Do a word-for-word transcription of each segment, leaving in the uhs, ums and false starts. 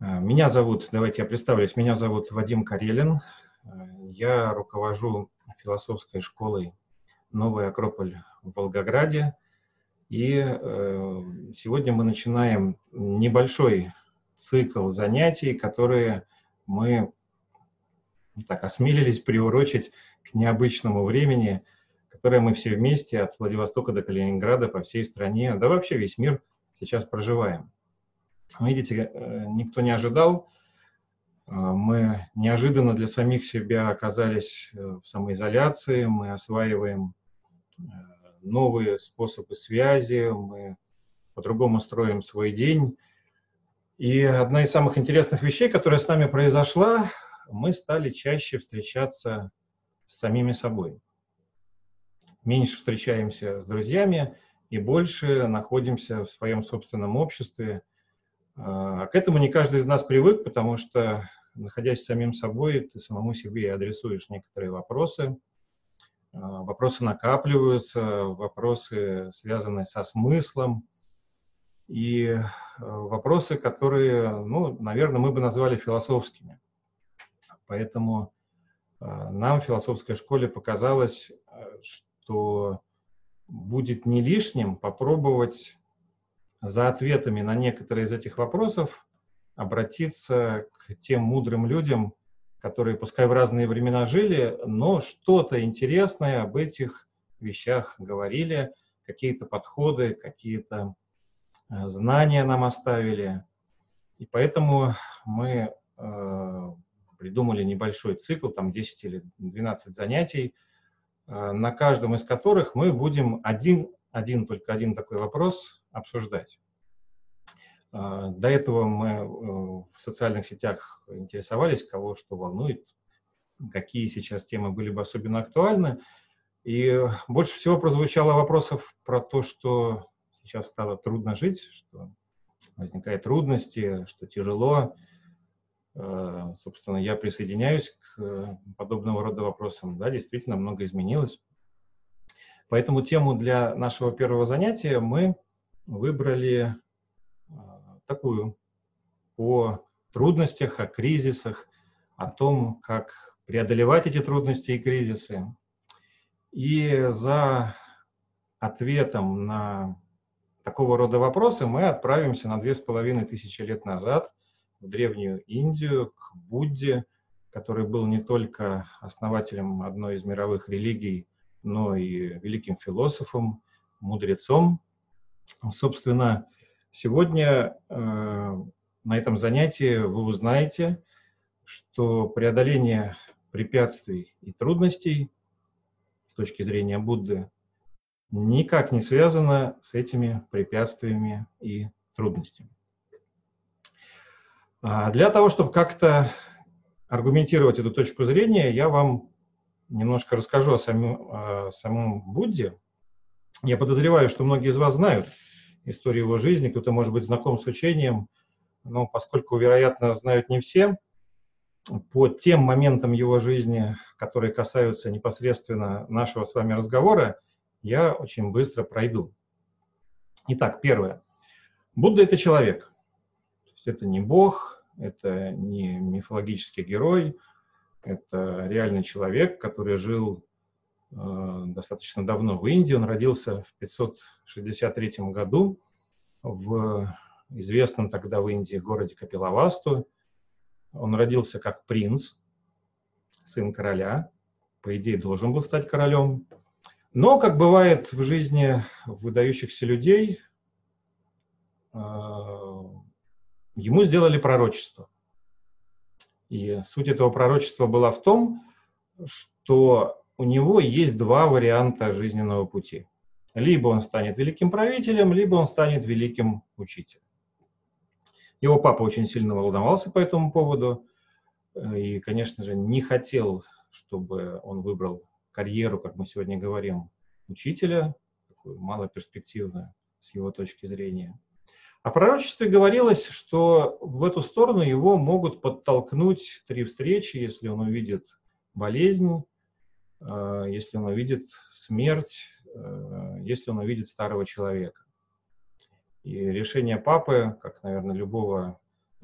Меня зовут, давайте я представлюсь, меня зовут Вадим Карелин. Я руковожу философской школой «Новый Акрополь» в Волгограде. И э, сегодня мы начинаем небольшой цикл занятий, которые мы так осмелились приурочить к необычному времени, которое мы все вместе от Владивостока до Калининграда по всей стране, да вообще весь мир сейчас проживаем. Видите, никто не ожидал, мы неожиданно для самих себя оказались в самоизоляции, мы осваиваем новые способы связи, мы по-другому строим свой день. И одна из самых интересных вещей, которая с нами произошла, мы стали чаще встречаться с самими собой. Меньше встречаемся с друзьями и больше находимся в своем собственном обществе. А к этому не каждый из нас привык, потому что, находясь с самим собой, ты самому себе и адресуешь некоторые вопросы. Вопросы накапливаются, вопросы, связанные со смыслом, и вопросы, которые, ну, наверное, мы бы назвали философскими. Поэтому нам в философской школе показалось, что будет не лишним попробовать за ответами на некоторые из этих вопросов обратиться к тем мудрым людям, которые, пускай в разные времена жили, но что-то интересное об этих вещах говорили, какие-то подходы, какие-то знания нам оставили. И поэтому мы э, придумали небольшой цикл, там десять или двенадцать занятий, э, на каждом из которых мы будем один, один, только один такой вопрос обсуждать. До этого мы в социальных сетях интересовались, кого что волнует, какие сейчас темы были бы особенно актуальны. И больше всего прозвучало вопросов про то, что сейчас стало трудно жить, что возникают трудности, что тяжело. Собственно, я присоединяюсь к подобного рода вопросам. Да, действительно, много изменилось. Поэтому тему для нашего первого занятия мы выбрали такую, о трудностях, о кризисах, о том, как преодолевать эти трудности и кризисы. И за ответом на такого рода вопросы мы отправимся на две с половиной тысячи лет назад в Древнюю Индию, к Будде, который был не только основателем одной из мировых религий, но и великим философом, мудрецом. Собственно, сегодня э, на этом занятии вы узнаете, что преодоление препятствий и трудностей с точки зрения Будды никак не связано с этими препятствиями и трудностями. А для того, чтобы как-то аргументировать эту точку зрения, я вам немножко расскажу о самом, о самом Будде. Я подозреваю, что многие из вас знают историю его жизни, кто-то может быть знаком с учением, но поскольку, вероятно, знают не все, по тем моментам его жизни, которые касаются непосредственно нашего с вами разговора, я очень быстро пройду. Итак, первое. Будда — это человек. То есть это не Бог, это не мифологический герой, это реальный человек, который жил э, достаточно давно в Индии. Он родился в пятьсот шестьдесят третьем году в известном тогда в Индии городе Капилавасту. Он родился как принц, сын короля, по идее должен был стать королем. Но, как бывает в жизни выдающихся людей, э, ему сделали пророчество. И суть этого пророчества была в том, что у него есть два варианта жизненного пути. Либо он станет великим правителем, либо он станет великим учителем. Его папа очень сильно волновался по этому поводу и, конечно же, не хотел, чтобы он выбрал карьеру, как мы сегодня говорим, учителя, такую малоперспективную с его точки зрения. А в пророчестве говорилось, что в эту сторону его могут подтолкнуть три встречи, если он увидит болезнь, если он увидит смерть, если он увидит старого человека. И решение папы, как, наверное, любого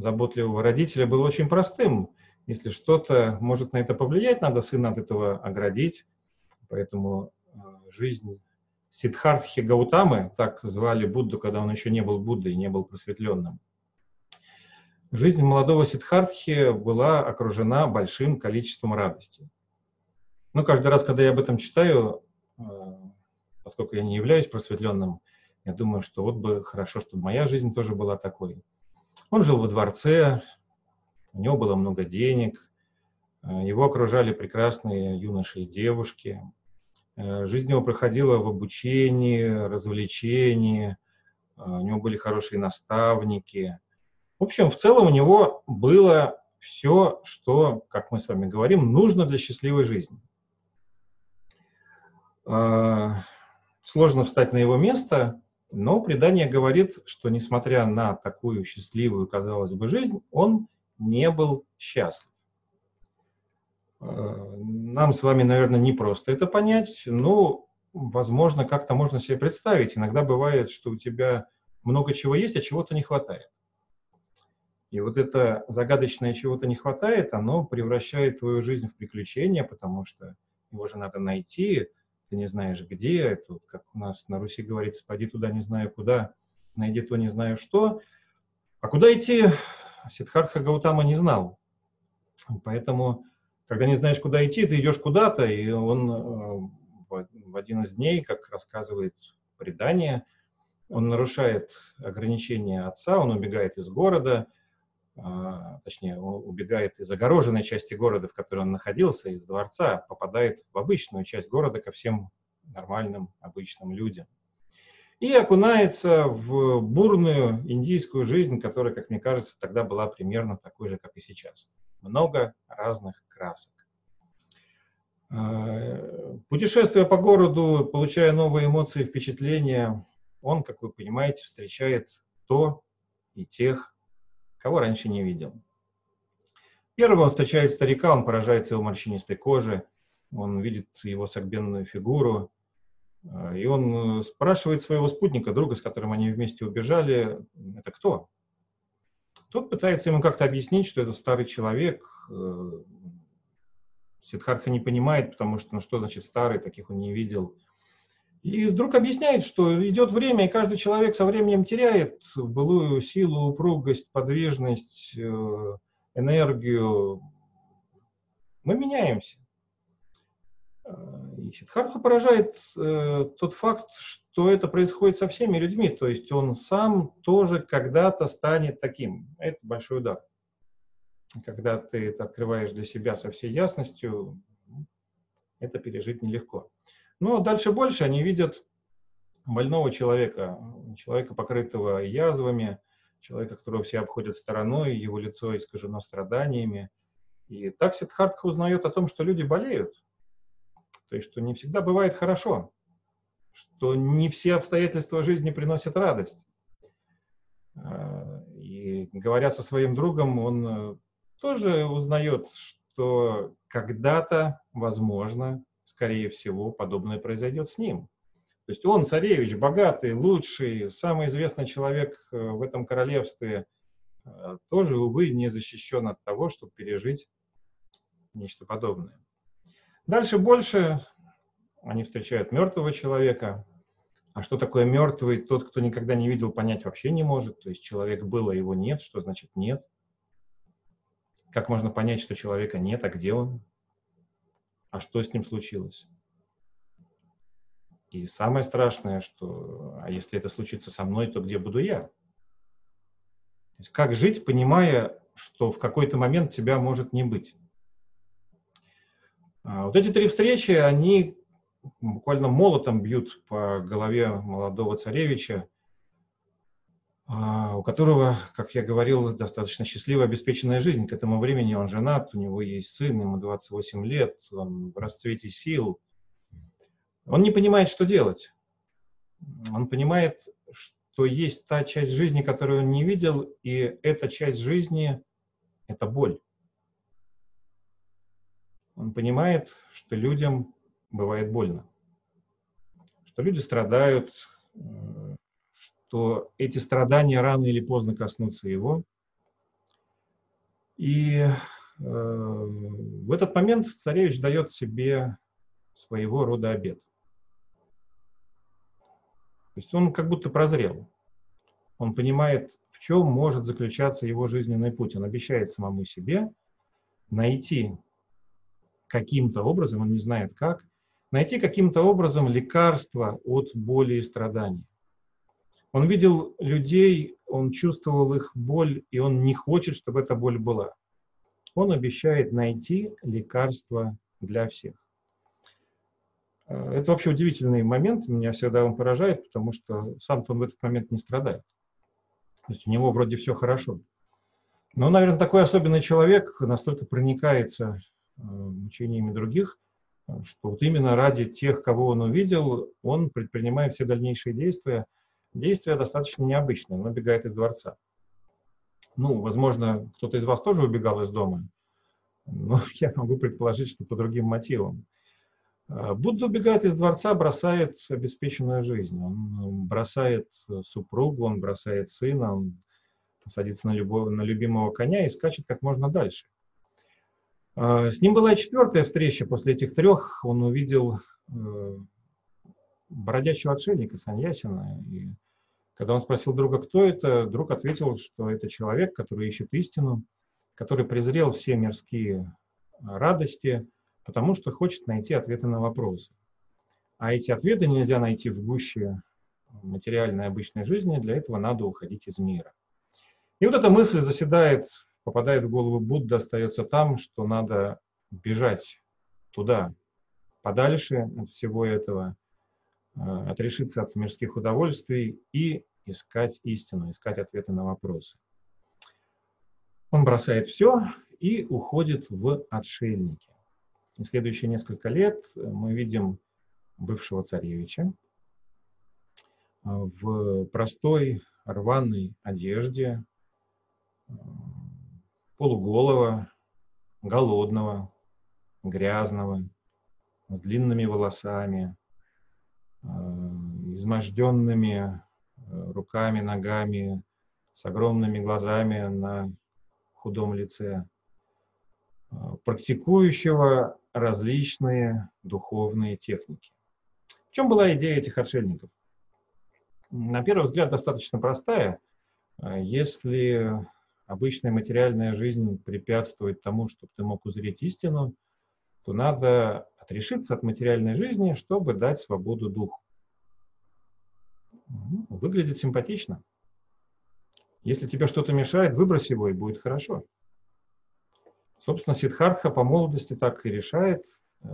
заботливого родителя было очень простым. Если что-то может на это повлиять, надо сына от этого оградить. Поэтому жизнь Сиддхартхи Гаутамы, так звали Будду, когда он еще не был Буддой, не был просветленным. Жизнь молодого Сиддхартхи была окружена большим количеством радости. Но каждый раз, когда я об этом читаю, поскольку я не являюсь просветленным, я думаю, что вот бы хорошо, чтобы моя жизнь тоже была такой. Он жил во дворце, у него было много денег, его окружали прекрасные юноши и девушки. Жизнь его проходила в обучении, развлечении, у него были хорошие наставники. В общем, в целом у него было все, что, как мы с вами говорим, нужно для счастливой жизни. Сложно встать на его место, но предание говорит, что несмотря на такую счастливую, казалось бы, жизнь, он не был счастлив. Нам с вами, наверное, не просто это понять, но, возможно, как-то можно себе представить. Иногда бывает, что у тебя много чего есть, а чего-то не хватает. И вот это загадочное чего-то не хватает, оно превращает твою жизнь в приключение, потому что его же надо найти, ты не знаешь где, тут, как у нас на Руси говорится, поди туда не знаю куда, найди то не знаю что. А куда идти, Сиддхартха Гаутама не знал. Поэтому, когда не знаешь, куда идти, ты идешь куда-то, и он в один из дней, как рассказывает предание, он нарушает ограничения отца, он убегает из города, точнее, он убегает из огороженной части города, в которой он находился, из дворца, попадает в обычную часть города ко всем нормальным, обычным людям. И окунается в бурную индийскую жизнь, которая, как мне кажется, тогда была примерно такой же, как и сейчас. Много разных красок. Путешествуя по городу, получая новые эмоции, впечатления, он, как вы понимаете, встречает то и тех, кого раньше не видел. Первого он встречает старика, он поражается его морщинистой коже, он видит его согбенную фигуру, и он спрашивает своего спутника, друга, с которым они вместе убежали, это кто? Тот пытается ему как-то объяснить, что это старый человек. Сиддхартха не понимает, потому что, ну что значит старый, таких он не видел. И вдруг объясняет, что идет время, и каждый человек со временем теряет былую силу, упругость, подвижность, энергию. Мы меняемся. И Сиддхартху поражает э, тот факт, что это происходит со всеми людьми, то есть он сам тоже когда-то станет таким. Это большой удар. Когда ты это открываешь для себя со всей ясностью, это пережить нелегко. Но дальше больше они видят больного человека, человека, покрытого язвами, человека, которого все обходят стороной, его лицо искажено страданиями. И так Сиддхартха узнает о том, что люди болеют. То есть, что не всегда бывает хорошо, что не все обстоятельства жизни приносят радость. И говоря со своим другом, он тоже узнает, что когда-то, возможно, скорее всего, подобное произойдет с ним. То есть он, царевич, богатый, лучший, самый известный человек в этом королевстве, тоже, увы, не защищен от того, чтобы пережить нечто подобное. Дальше больше они встречают мертвого человека. А что такое мертвый? Тот, кто никогда не видел, понять вообще не может. То есть человек был, а его нет. Что значит нет? Как можно понять, что человека нет, а где он? А что с ним случилось? И самое страшное, что а если это случится со мной, то где буду я? То есть как жить, понимая, что в какой-то момент тебя может не быть? Вот эти три встречи, они буквально молотом бьют по голове молодого царевича, у которого, как я говорил, достаточно счастливая, обеспеченная жизнь. К этому времени он женат, у него есть сын, ему двадцать восемь лет, он в расцвете сил. Он не понимает, что делать. Он понимает, что есть та часть жизни, которую он не видел, и эта часть жизни – это боль. Он понимает, что людям бывает больно, что люди страдают, что эти страдания рано или поздно коснутся его. И э, в этот момент царевич дает себе своего рода обет. То есть он как будто прозрел. Он понимает, в чем может заключаться его жизненный путь. Он обещает самому себе найти каким-то образом, он не знает как, найти каким-то образом лекарство от боли и страданий. Он видел людей, он чувствовал их боль, и он не хочет, чтобы эта боль была. Он обещает найти лекарство для всех. Это вообще удивительный момент, меня всегда он поражает, потому что сам-то он в этот момент не страдает. То есть у него вроде все хорошо. Но, наверное, такой особенный человек настолько проникается мучениями других, что вот именно ради тех, кого он увидел, он предпринимает все дальнейшие действия. Действия достаточно необычные. Он убегает из дворца. Ну, возможно, кто-то из вас тоже убегал из дома, но я могу предположить, что по другим мотивам. Будда убегает из дворца, бросает обеспеченную жизнь. Он бросает супругу, он бросает сына, он садится на, любого, на любимого коня и скачет как можно дальше. С ним была и четвертая встреча. После этих трех он увидел бродячего отшельника Саньясина. И когда он спросил друга, кто это, друг ответил, что это человек, который ищет истину, который презрел все мирские радости, потому что хочет найти ответы на вопросы. А эти ответы нельзя найти в гуще материальной обычной жизни, для этого надо уходить из мира. И вот эта мысль заседает, попадает в голову Будды, остается там, что надо бежать туда, подальше от всего этого, отрешиться от мирских удовольствий и искать истину, искать ответы на вопросы. Он бросает все и уходит в отшельники. И следующие несколько лет мы видим бывшего царевича в простой рваной одежде, полуголого, голодного, грязного, с длинными волосами, изможденными руками, ногами, с огромными глазами на худом лице, практикующего различные духовные техники. В чем была идея этих отшельников? На первый взгляд достаточно простая. Если обычная материальная жизнь препятствует тому, чтобы ты мог узреть истину, то надо отрешиться от материальной жизни, чтобы дать свободу духу. Выглядит симпатично. Если тебе что-то мешает, выбрось его, и будет хорошо. Собственно, Сиддхартха по молодости так и решает.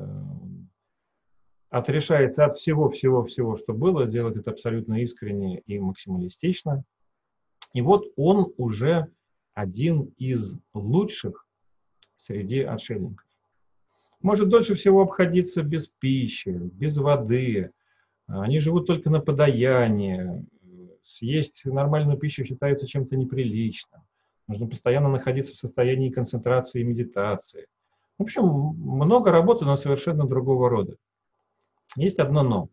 Отрешается от всего-всего-всего, что было, делает это абсолютно искренне и максималистично. И вот он уже один из лучших среди отшельников. Может дольше всего обходиться без пищи, без воды. Они живут только на подаянии. Съесть нормальную пищу считается чем-то неприличным. Нужно постоянно находиться в состоянии концентрации и медитации. В общем, много работы, но совершенно другого рода. Есть одно но.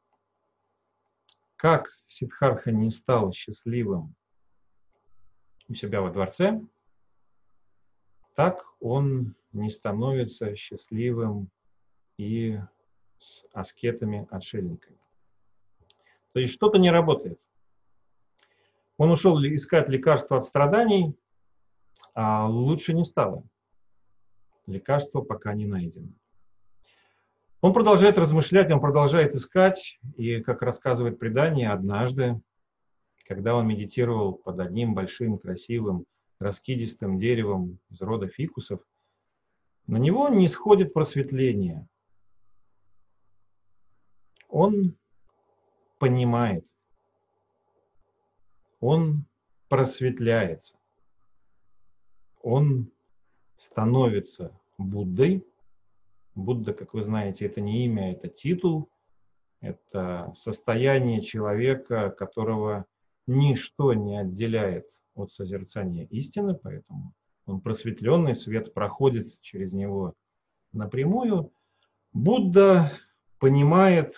Как Сиддхартха не стал счастливым у себя во дворце, так он не становится счастливым и с аскетами-отшельниками. То есть что-то не работает. Он ушел искать лекарства от страданий, а лучше не стало. Лекарство пока не найдено. Он продолжает размышлять, он продолжает искать, и, как рассказывает предание, однажды, когда он медитировал под одним большим, красивым, раскидистым деревом из рода фикусов, на него не сходит просветление. Он понимает, он просветляется, он становится Буддой. Будда, как вы знаете, это не имя, это титул, это состояние человека, которого ничто не отделяет от созерцания истины, поэтому он просветленный, свет проходит через него напрямую. Будда понимает,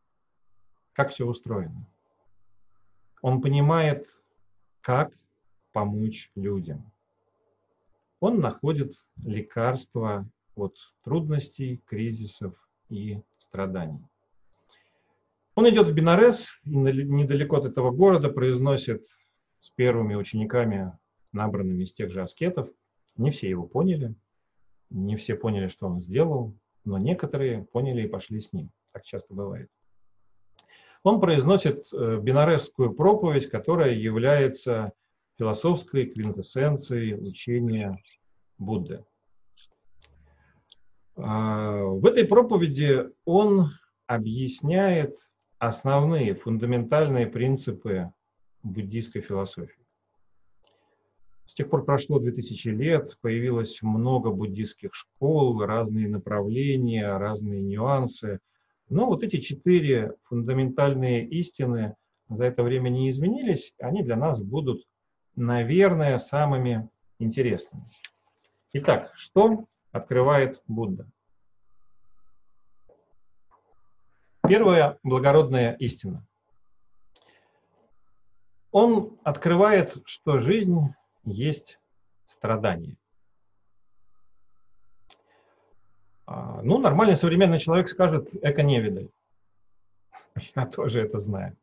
как все устроено. Он понимает, как помочь людям. Он находит лекарства от трудностей, кризисов и страданий. Он идет в Бенарес, и недалеко от этого города произносит с первыми учениками, набранными из тех же аскетов. Не все его поняли, не все поняли, что он сделал, но некоторые поняли и пошли с ним. Так часто бывает. Он произносит бенаресскую проповедь, которая является философской квинтэссенцией учения Будды. В этой проповеди он объясняет основные, фундаментальные принципы буддийской философии. С тех пор прошло две тысячи лет, появилось много буддийских школ, разные направления, разные нюансы. Но вот эти четыре фундаментальные истины за это время не изменились, они для нас будут, наверное, самыми интересными. Итак, что открывает Будда? Первая благородная истина. Он открывает, что жизнь есть страдание. Ну, нормальный современный человек скажет: эко-невидаль. Я тоже это знаю.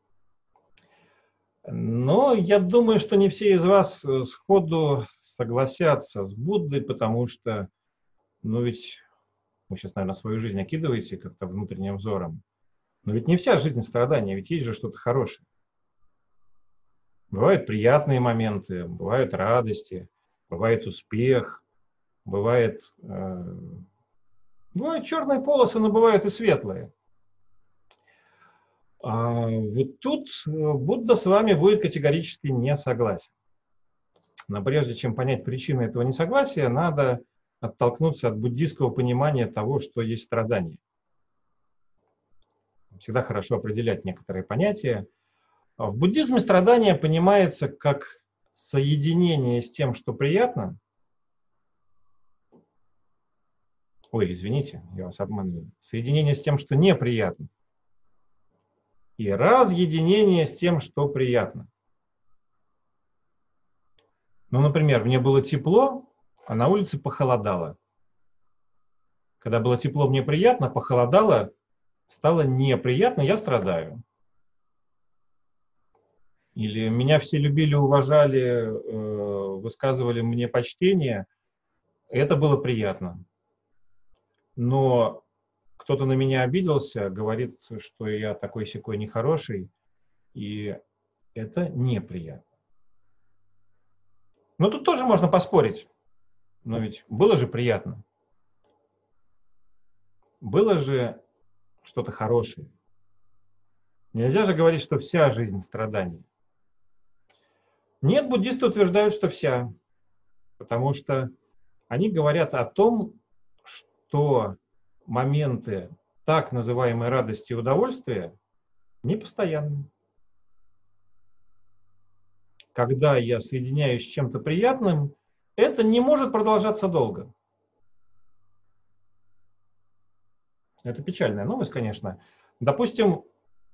Но я думаю, что не все из вас сходу согласятся с Буддой, потому что, ну ведь, вы сейчас, наверное, свою жизнь окидываете как-то внутренним взором, но ведь не вся жизнь страдания, ведь есть же что-то хорошее. Бывают приятные моменты, бывают радости, бывает успех, бывает, э, бывают черные полосы, но бывают и светлые. А вот тут Будда с вами будет категорически не согласен. Но прежде чем понять причины этого несогласия, надо оттолкнуться от буддийского понимания того, что есть страдание. Всегда хорошо определять некоторые понятия. В буддизме страдание понимается как соединение с тем, что приятно. Ой, извините, я вас обманываю. Соединение с тем, что неприятно. И разъединение с тем, что приятно. Ну, например, мне было тепло, а на улице похолодало. Когда было тепло, мне приятно, похолодало, стало неприятно, я страдаю. Или меня все любили, уважали, высказывали мне почтение, это было приятно. Но кто-то на меня обиделся, говорит, что я такой-сякой нехороший, и это неприятно. Но тут тоже можно поспорить. Но ведь было же приятно. Было же что-то хорошее. Нельзя же говорить, что вся жизнь страданий. Нет, буддисты утверждают, что вся. Потому что они говорят о том, что моменты так называемой радости и удовольствия непостоянны. Когда я соединяюсь с чем-то приятным, это не может продолжаться долго. Это печальная новость, конечно. Допустим,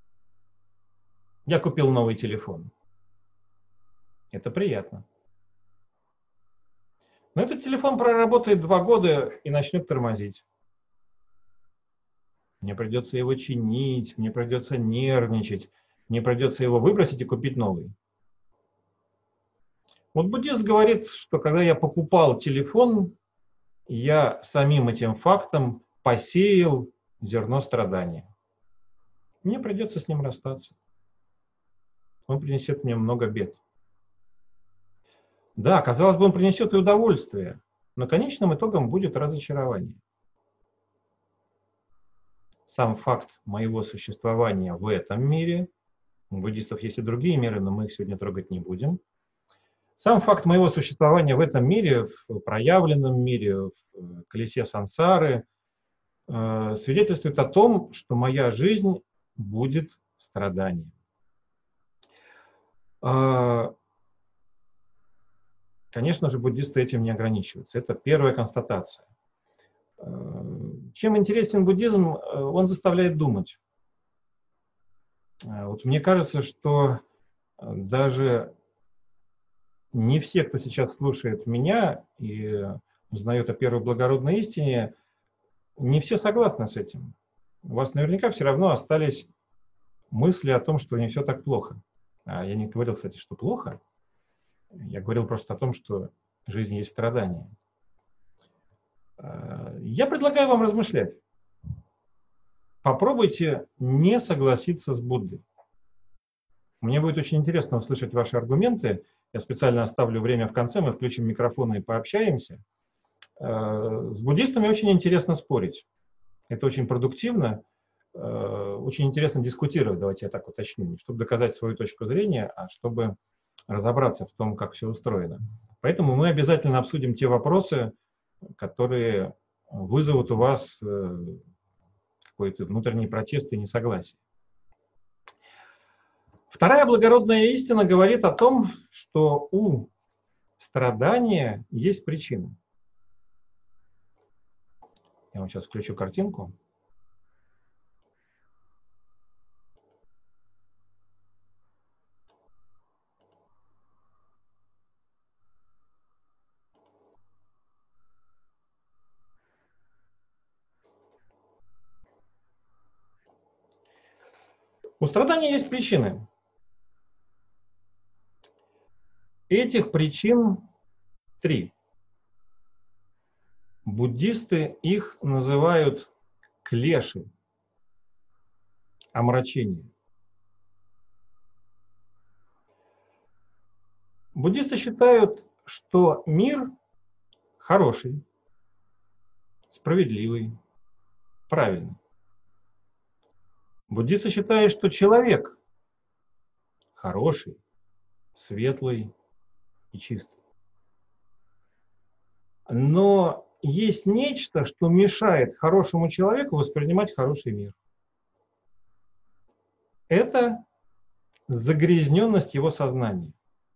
я купил новый телефон. Это приятно. Но этот телефон проработает два года и начнет тормозить. Мне придется его чинить, мне придется нервничать, мне придется его выбросить и купить новый. Вот буддист говорит, что когда я покупал телефон, я самим этим фактом посеял зерно страдания. Мне придется с ним расстаться. Он принесет мне много бед. Да, казалось бы, он принесет и удовольствие, но конечным итогом будет разочарование. Сам факт моего существования в этом мире, у буддистов есть и другие миры, но мы их сегодня трогать не будем. Сам факт моего существования в этом мире, в проявленном мире, в колесе сансары, э, свидетельствует о том, что моя жизнь будет страданием. Э, конечно же, буддисты этим не ограничиваются. Это первая констатация. Чем интересен буддизм? Он заставляет думать. Вот мне кажется, что даже не все, кто сейчас слушает меня и узнает о первой благородной истине, не все согласны с этим. У вас наверняка все равно остались мысли о том, что не все так плохо. А я не говорил, кстати, что плохо. Я говорил просто о том, что жизнь есть страдания. Я предлагаю вам размышлять. Попробуйте не согласиться с Буддой. Мне будет очень интересно услышать ваши аргументы. Я специально оставлю время в конце, мы включим микрофоны и пообщаемся. С буддистами очень интересно спорить. Это очень продуктивно, очень интересно дискутировать, давайте я так уточню, не чтобы доказать свою точку зрения, а чтобы разобраться в том, как все устроено. Поэтому мы обязательно обсудим те вопросы, которые вызовут у вас какой-то внутренний протест и несогласие. Вторая благородная истина говорит о том, что у страдания есть причина. Я вам сейчас включу картинку. У страдания есть причины. Этих причин три. Буддисты их называют клеши, омрачение. Буддисты считают, что мир хороший, справедливый, правильный. Буддисты считают, что человек хороший, светлый и чистый. Но есть нечто, что мешает хорошему человеку воспринимать хороший мир. Это загрязненность его сознания.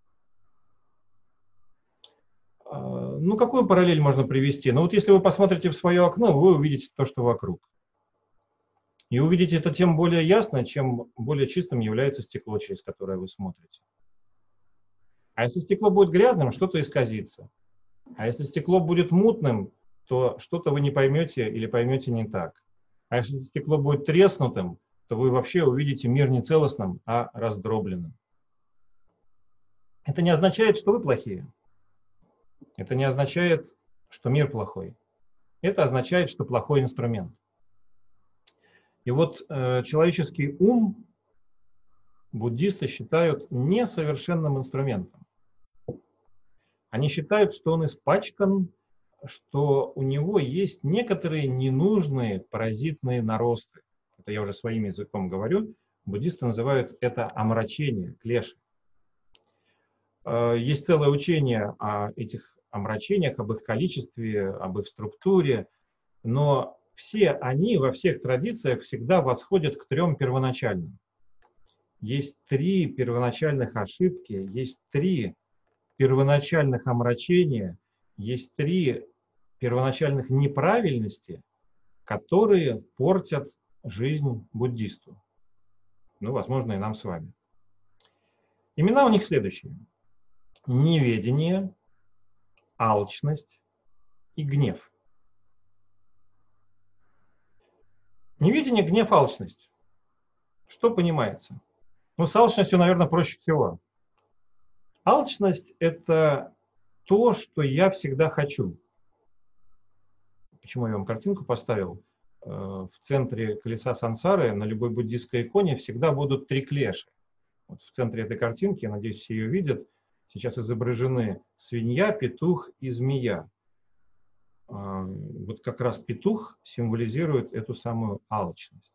Ну, какую параллель можно привести? Ну, вот если вы посмотрите в свое окно, вы увидите то, что вокруг. И увидите это тем более ясно, чем более чистым является стекло, через которое вы смотрите. А если стекло будет грязным, что-то исказится. А если стекло будет мутным, то что-то вы не поймете или поймете не так. А если стекло будет треснутым, то вы вообще увидите мир не целостным, а раздробленным. Это не означает, что вы плохие. Это не означает, что мир плохой. Это означает, что плохой инструмент. И вот э, человеческий ум буддисты считают несовершенным инструментом. Они считают, что он испачкан, что у него есть некоторые ненужные паразитные наросты. Это я уже своим языком говорю. Буддисты называют это омрачение, клеши. Есть целое учение о этих омрачениях, об их количестве, об их структуре, но все они во всех традициях всегда восходят к трем первоначальным. Есть три первоначальных ошибки, есть три первоначальных омрачения, есть три первоначальных неправильности, которые портят жизнь буддисту. Ну, возможно, и нам с вами. Имена у них следующие. Неведение, алчность и гнев. Неведение, гнев, алчность. Что понимается? Ну, с алчностью, наверное, проще всего. Алчность – это то, что я всегда хочу. Почему я вам картинку поставил? В центре колеса сансары на любой буддистской иконе всегда будут три клеши. Вот в центре этой картинки, я надеюсь, все ее видят, сейчас изображены свинья, петух и змея. Вот как раз петух символизирует эту самую алчность.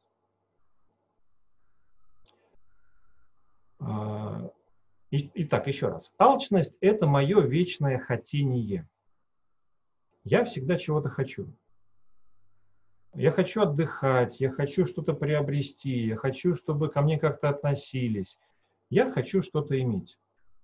Итак, еще раз. Алчность – это мое вечное хотение. Я всегда чего-то хочу. Я хочу отдыхать, я хочу что-то приобрести, я хочу, чтобы ко мне как-то относились. Я хочу что-то иметь.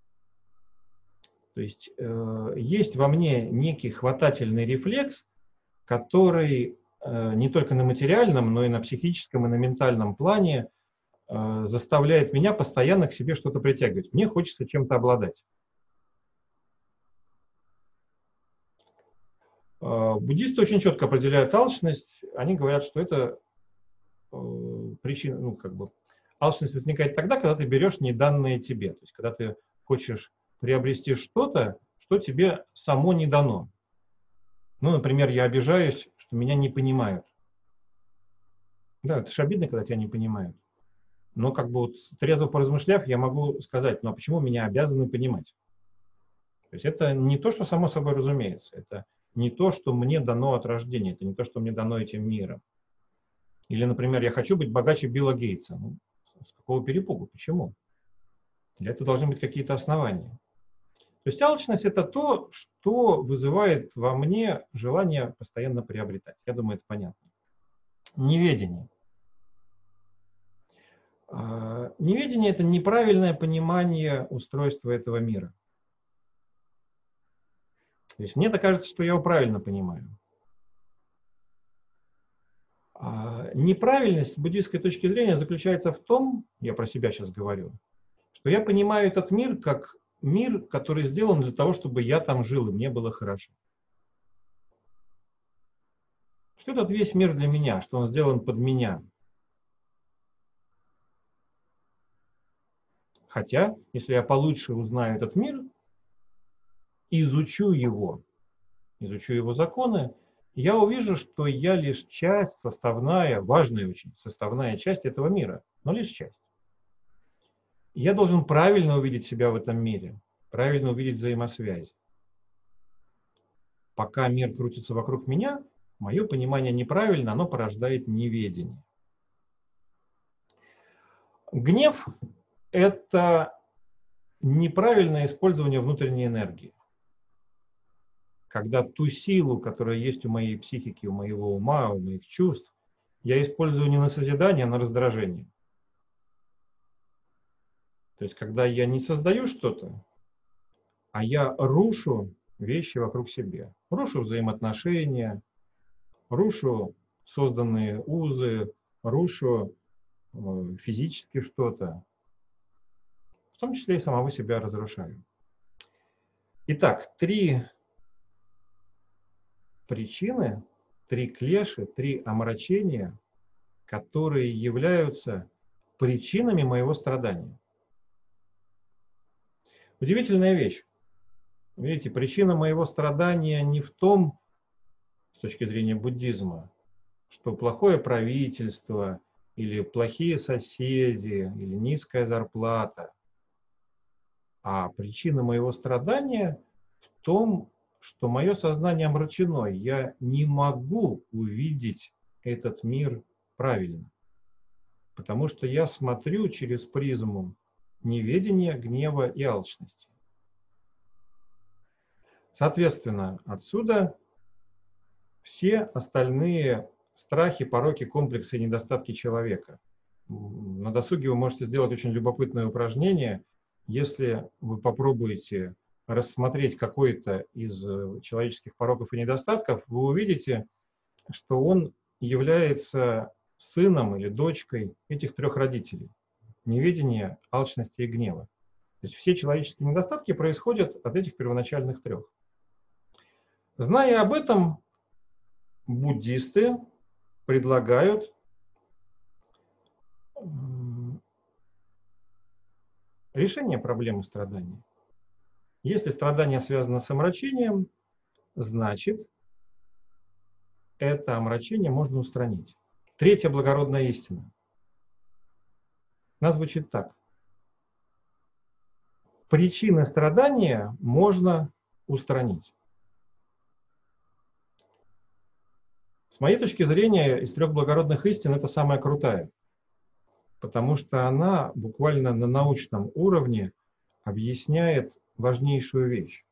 То есть э, есть во мне некий хватательный рефлекс, который э, не только на материальном, но и на психическом и на ментальном плане э, заставляет меня постоянно к себе что-то притягивать. Мне хочется чем-то обладать. Буддисты очень четко определяют алчность. Они говорят, что это причина, ну, как бы, алчность возникает тогда, когда ты берешь неданное тебе. То есть, когда ты хочешь приобрести что-то, что тебе само не дано. Ну, например, я обижаюсь, что меня не понимают. Да, это же обидно, когда тебя не понимают. Но как бы вот трезво поразмышляв, я могу сказать, ну а почему меня обязаны понимать? То есть это не то, что само собой разумеется. Это не то, что мне дано от рождения. Это не то, что мне дано этим миром. Или, например, я хочу быть богаче Билла Гейтса. Ну, с какого перепугу? Почему? Для этого должны быть какие-то основания. То есть алчность – это то, что вызывает во мне желание постоянно приобретать. Я думаю, это понятно. Неведение. Неведение – это неправильное понимание устройства этого мира. То есть мне-то кажется, что я его правильно понимаю. А неправильность с буддийской точки зрения заключается в том, я про себя сейчас говорю, что я понимаю этот мир как мир, который сделан для того, чтобы я там жил, и мне было хорошо. Что этот весь мир для меня, что он сделан под меня. Хотя, если я получше узнаю этот мир, изучу его, изучу его законы, я увижу, что я лишь часть, составная, важная очень, составная часть этого мира, но лишь часть. Я должен правильно увидеть себя в этом мире, правильно увидеть взаимосвязь. Пока мир крутится вокруг меня, мое понимание неправильно, оно порождает неведение. Гнев – это неправильное использование внутренней энергии. Когда ту силу, которая есть у моей психики, у моего ума, у моих чувств, я использую не на созидание, а на раздражение. То есть, когда я не создаю что-то, а я рушу вещи вокруг себя. Рушу взаимоотношения, рушу созданные узы, рушу физически что-то. В том числе и самого себя разрушаю. Итак, три причины, три клеши, три омрачения, которые являются причинами моего страдания. Удивительная вещь. Видите, причина моего страдания не в том, с точки зрения буддизма, что плохое правительство, или плохие соседи, или низкая зарплата. А причина моего страдания в том, что мое сознание омрачено. Я не могу увидеть этот мир правильно. Потому что я смотрю через призму неведения, гнева и алчности. Соответственно, отсюда все остальные страхи, пороки, комплексы и недостатки человека. На досуге вы можете сделать очень любопытное упражнение. Если вы попробуете рассмотреть какой-то из человеческих пороков и недостатков, вы увидите, что он является сыном или дочкой этих трех родителей. Неведения, алчности и гнева. То есть все человеческие недостатки происходят от этих первоначальных трех. Зная об этом, буддисты предлагают решение проблемы страдания. Если страдание связано с омрачением, значит, это омрачение можно устранить. Третья благородная истина. Она звучит так. Причины страдания можно устранить. С моей точки зрения, из трех благородных истин это самая крутая, потому что она буквально на научном уровне объясняет важнейшую вещь.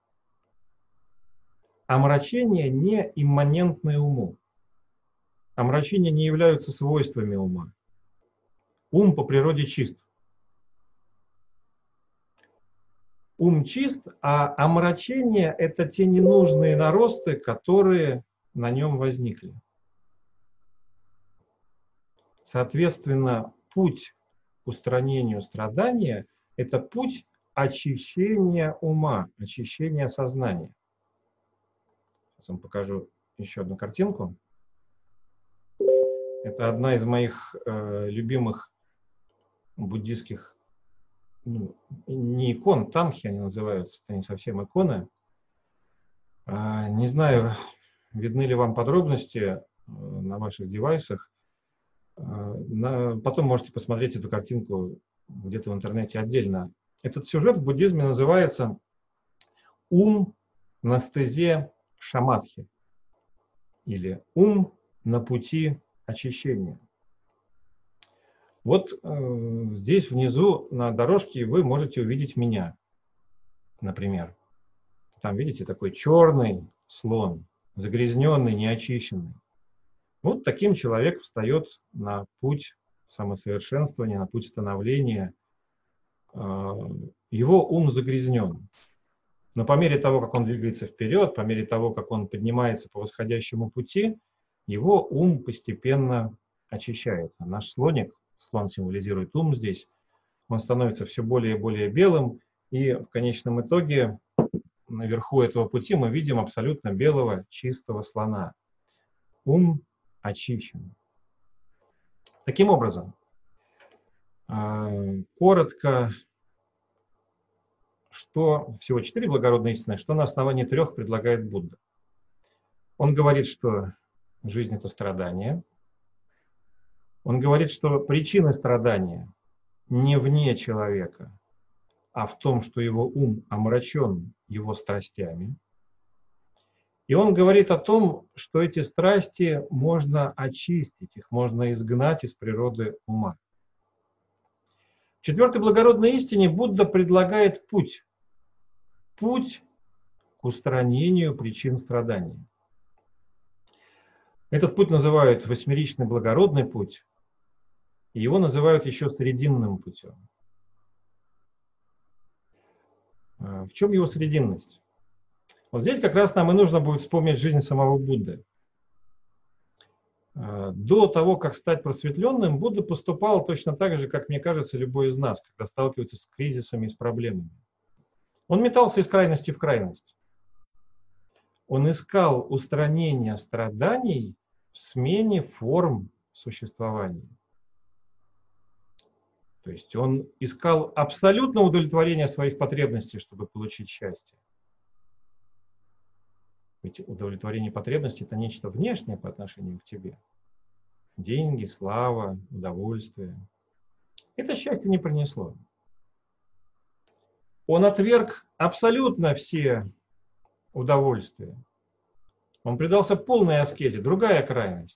Омрачения не имманентны уму. Омрачения не являются свойствами ума. Ум по природе чист. Ум чист, а омрачения – это те ненужные наросты, которые на нем возникли. Соответственно, путь к устранению страдания – это путь очищения ума, очищения сознания. Сейчас вам покажу еще одну картинку. Это одна из моих э, любимых буддийских, ну, не икон, тамхи они называются, это не совсем иконы. А, не знаю, видны ли вам подробности э, на ваших девайсах. А, на, потом можете посмотреть эту картинку где-то в интернете отдельно. Этот сюжет в буддизме называется «Ум на стезе шамадхи» или «Ум на пути очищения». Вот э, здесь внизу на дорожке вы можете увидеть меня, например. Там, видите, такой черный слон, загрязненный, неочищенный. Вот таким человек встает на путь самосовершенствования, на путь становления. Э, его ум загрязнен. Но по мере того, как он двигается вперед, по мере того, как он поднимается по восходящему пути, его ум постепенно очищается. Наш слоник, слон символизирует ум здесь, он становится все более и более белым, и в конечном итоге наверху этого пути мы видим абсолютно белого, чистого слона. Ум очищен. Таким образом, коротко, что всего четыре благородные истины, что на основании трех предлагает Будда. Он говорит, что жизнь — это страдание. Он говорит, что причина страдания не вне человека, а в том, что его ум омрачен его страстями. И он говорит о том, что эти страсти можно очистить, их можно изгнать из природы ума. В четвертой благородной истине Будда предлагает путь. Путь к устранению причин страданий. Этот путь называют восьмеричный благородный путь, и его называют еще срединным путем. В чем его срединность? Вот здесь как раз нам и нужно будет вспомнить жизнь самого Будды. До того, как стать просветленным, Будда поступал точно так же, как, мне кажется, любой из нас, когда сталкивается с кризисами и с проблемами. Он метался из крайности в крайность. Он искал устранения страданий в смене форм существования. То есть он искал абсолютное удовлетворение своих потребностей, чтобы получить счастье. Ведь удовлетворение потребностей — это нечто внешнее по отношению к тебе. Деньги, слава, удовольствие. Это счастье не принесло. Он отверг абсолютно все удовольствия. Он предался полной аскезе. Другая крайность.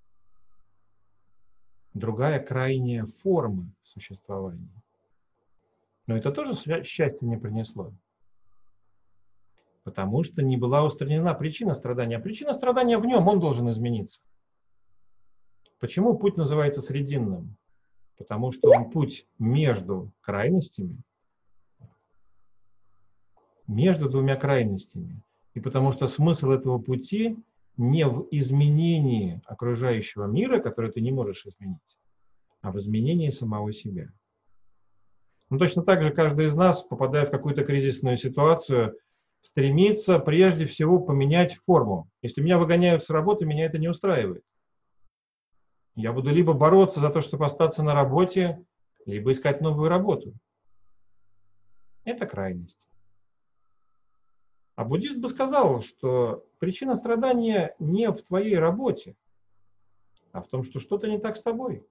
Другая крайняя форма существования. Но это тоже счастье не принесло. Потому что не была устранена причина страдания. А причина страдания в нем, он должен измениться. Почему путь называется срединным? Потому что он путь между крайностями, между двумя крайностями. И потому что смысл этого пути не в изменении окружающего мира, который ты не можешь изменить, а в изменении самого себя. Ну, точно так же каждый из нас, попадая в какую-то кризисную ситуацию, стремится прежде всего поменять форму. Если меня выгоняют с работы, меня это не устраивает. Я буду либо бороться за то, чтобы остаться на работе, либо искать новую работу. Это крайность. А буддист бы сказал, что причина страдания не в твоей работе, а в том, что что-то не так с тобой.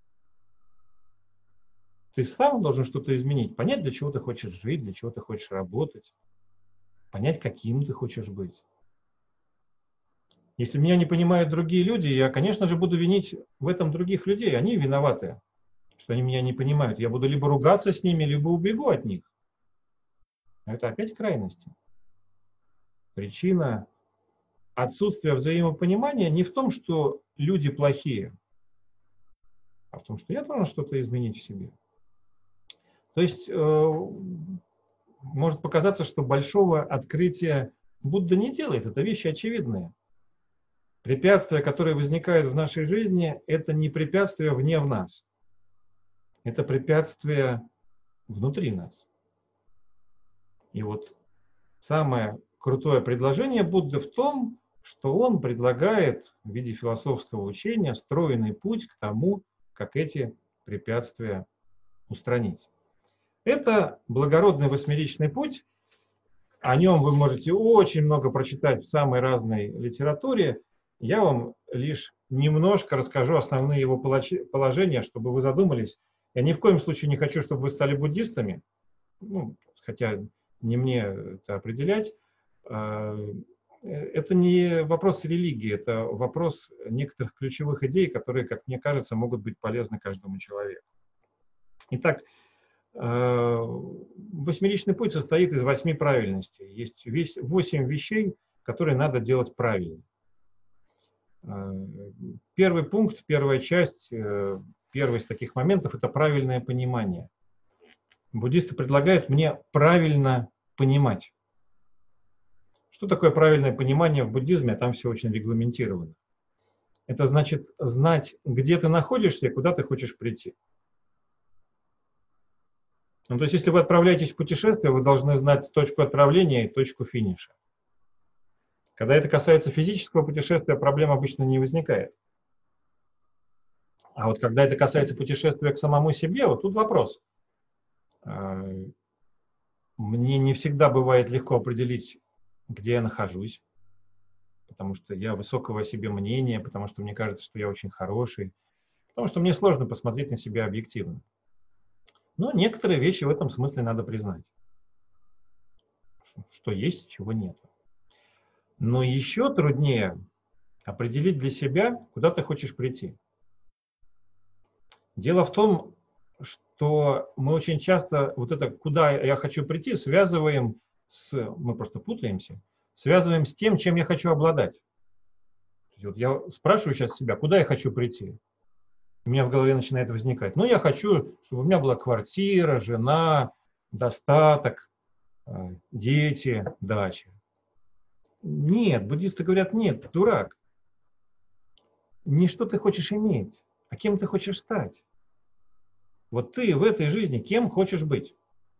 Ты сам должен что-то изменить, понять, для чего ты хочешь жить, для чего ты хочешь работать, понять, каким ты хочешь быть. Если меня не понимают другие люди, я, конечно же, буду винить в этом других людей. Они виноваты, что они меня не понимают. Я буду либо ругаться с ними, либо убегу от них. Но это опять крайности. Причина отсутствия взаимопонимания не в том, что люди плохие, а в том, что я должен что-то изменить в себе. То есть э, может показаться, что большого открытия Будда не делает. Это вещи очевидные. Препятствия, которые возникают в нашей жизни, это не препятствия вне в нас. Это препятствия внутри нас. И вот самое крутое предложение Будды в том, что он предлагает в виде философского учения стройный путь к тому, как эти препятствия устранить. Это благородный восьмеричный путь. О нем вы можете очень много прочитать в самой разной литературе. Я вам лишь немножко расскажу основные его положения, чтобы вы задумались. Я ни в коем случае не хочу, чтобы вы стали буддистами, ну, хотя не мне это определять. Это не вопрос религии, это вопрос некоторых ключевых идей, которые, как мне кажется, могут быть полезны каждому человеку. Итак, восьмеричный путь состоит из восьми правильностей. Есть восемь вещей, которые надо делать правильно. Первый пункт, первая часть, первый из таких моментов – это правильное понимание. Буддисты предлагают мне правильно понимать. Что такое правильное понимание в буддизме? Там все очень регламентировано. Это значит знать, где ты находишься и куда ты хочешь прийти. Ну, то есть, если вы отправляетесь в путешествие, вы должны знать точку отправления и точку финиша. Когда это касается физического путешествия, проблем обычно не возникает. А вот когда это касается путешествия к самому себе, вот тут вопрос. Мне не всегда бывает легко определить, где я нахожусь, потому что я высокого о себе мнения, потому что мне кажется, что я очень хороший, потому что мне сложно посмотреть на себя объективно. Но некоторые вещи в этом смысле надо признать, что есть, чего нет. Но еще труднее определить для себя, куда ты хочешь прийти. Дело в том, что мы очень часто вот это «куда я хочу прийти» связываем с, мы просто путаемся, связываем с тем, чем я хочу обладать. Вот я спрашиваю сейчас себя, куда я хочу прийти? У меня в голове начинает возникать. Ну, я хочу, чтобы у меня была квартира, жена, достаток, дети, дача. Нет, буддисты говорят, нет, ты дурак. Не что ты хочешь иметь, а кем ты хочешь стать. Вот ты в этой жизни кем хочешь быть?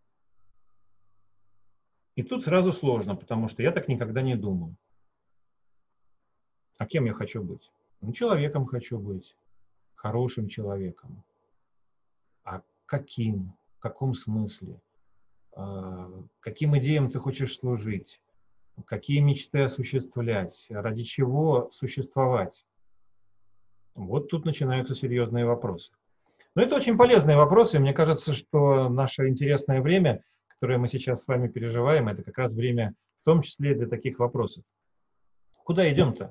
И тут сразу сложно, потому что я так никогда не думал. А кем я хочу быть? Ну, человеком хочу быть. Хорошим человеком. А каким? В каком смысле? Каким идеям ты хочешь служить? Какие мечты осуществлять? Ради чего существовать? Вот тут начинаются серьезные вопросы. Но это очень полезные вопросы. Мне кажется, что наше интересное время, которое мы сейчас с вами переживаем, это как раз время в том числе для таких вопросов. Куда идем-то?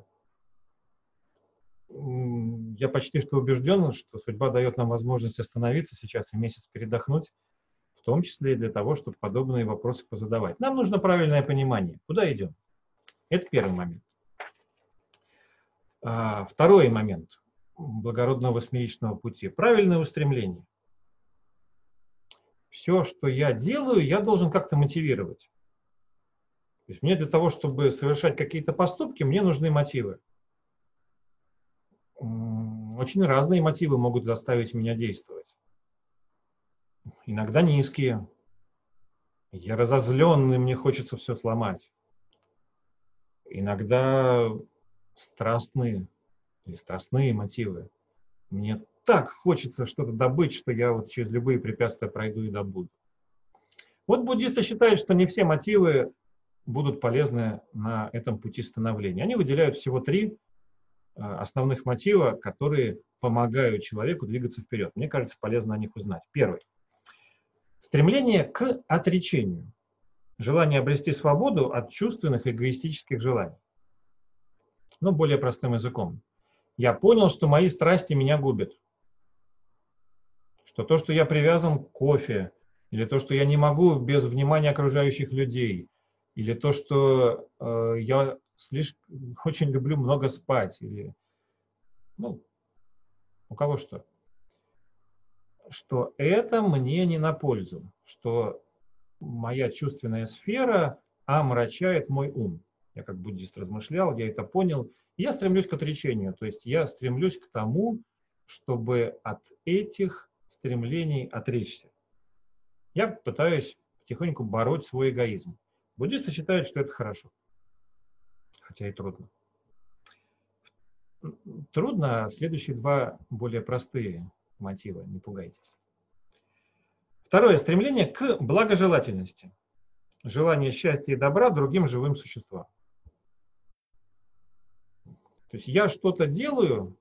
Я почти что убежден, что судьба дает нам возможность остановиться сейчас и месяц передохнуть, в том числе и для того, чтобы подобные вопросы позадавать. Нам нужно правильное понимание, куда идем. Это первый момент. А, второй момент благородного восьмеричного пути. Правильное устремление. Все, что я делаю, я должен как-то мотивировать. То есть мне для того, чтобы совершать какие-то поступки, мне нужны мотивы. Очень разные мотивы могут заставить меня действовать. Иногда низкие. Я разозленный, мне хочется все сломать. Иногда страстные или страстные мотивы. Мне так хочется что-то добыть, что я вот через любые препятствия пройду и добуду. Вот буддисты считают, что не все мотивы будут полезны на этом пути становления. Они выделяют всего три основных мотива, которые помогают человеку двигаться вперед. Мне кажется, полезно о них узнать. Первый. Стремление к отречению. Желание обрести свободу от чувственных эгоистических желаний. Но более простым языком. Я понял, что мои страсти меня губят. Что то, что я привязан к кофе, или то, что я не могу без внимания окружающих людей, или то, что э, я слишком очень люблю много спать, или ну, у кого что, что это мне не на пользу, что моя чувственная сфера омрачает мой ум. Я как буддист размышлял, я это понял. И я стремлюсь к отречению, то есть я стремлюсь к тому, чтобы от этих стремлений отречься. Я пытаюсь потихоньку бороть свой эгоизм. Буддисты считают, что это хорошо, хотя и трудно. Трудно, а следующие два более простые мотива, не пугайтесь. Второе. Стремление к благожелательности. Желание счастья и добра другим живым существам. То есть я что-то делаю,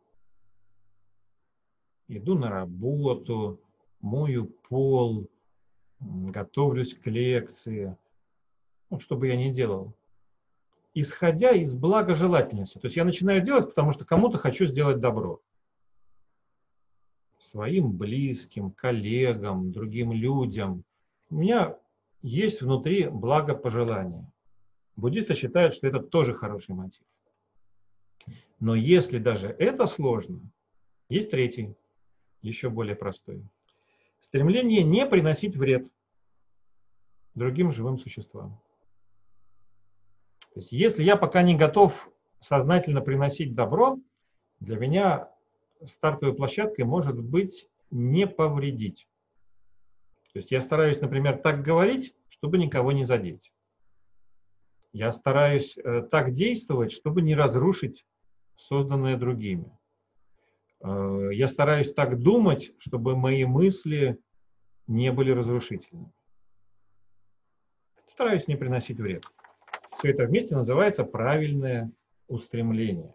иду на работу, мою пол, готовлюсь к лекции, ну, что бы я ни делал, исходя из благожелательности. То есть я начинаю делать, потому что кому-то хочу сделать добро. Своим близким, коллегам, другим людям. У меня есть внутри благопожелание. Буддисты считают, что это тоже хороший мотив. Но если даже это сложно, есть третий, еще более простой. Стремление не приносить вред другим живым существам. То есть, если я пока не готов сознательно приносить добро, для меня стартовой площадкой может быть не повредить. То есть я стараюсь, например, так говорить, чтобы никого не задеть. Я стараюсь э, так действовать, чтобы не разрушить созданное другими. Э, я стараюсь так думать, чтобы мои мысли не были разрушительными. Стараюсь не приносить вред. Все это вместе называется правильное устремление.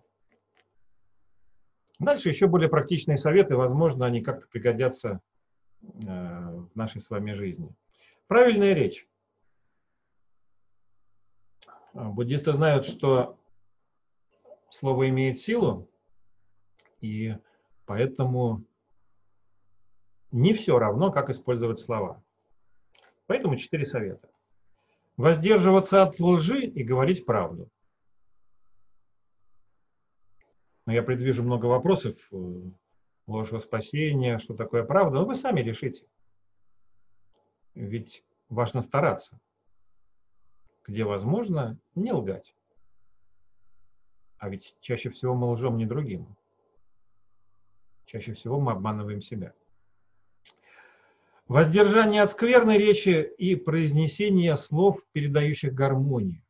Дальше еще более практичные советы, возможно, они как-то пригодятся э, в нашей с вами жизни. Правильная речь. Буддисты знают, что слово имеет силу, и поэтому не все равно, как использовать слова. Поэтому четыре совета. Воздерживаться от лжи и говорить правду. Но я предвижу много вопросов. Ложь во спасение, что такое правда. Но вы сами решите. Ведь важно стараться. Где возможно, не лгать. А ведь чаще всего мы лжем не другим. Чаще всего мы обманываем себя. Воздержание от скверной речи и произнесение слов, передающих гармонию.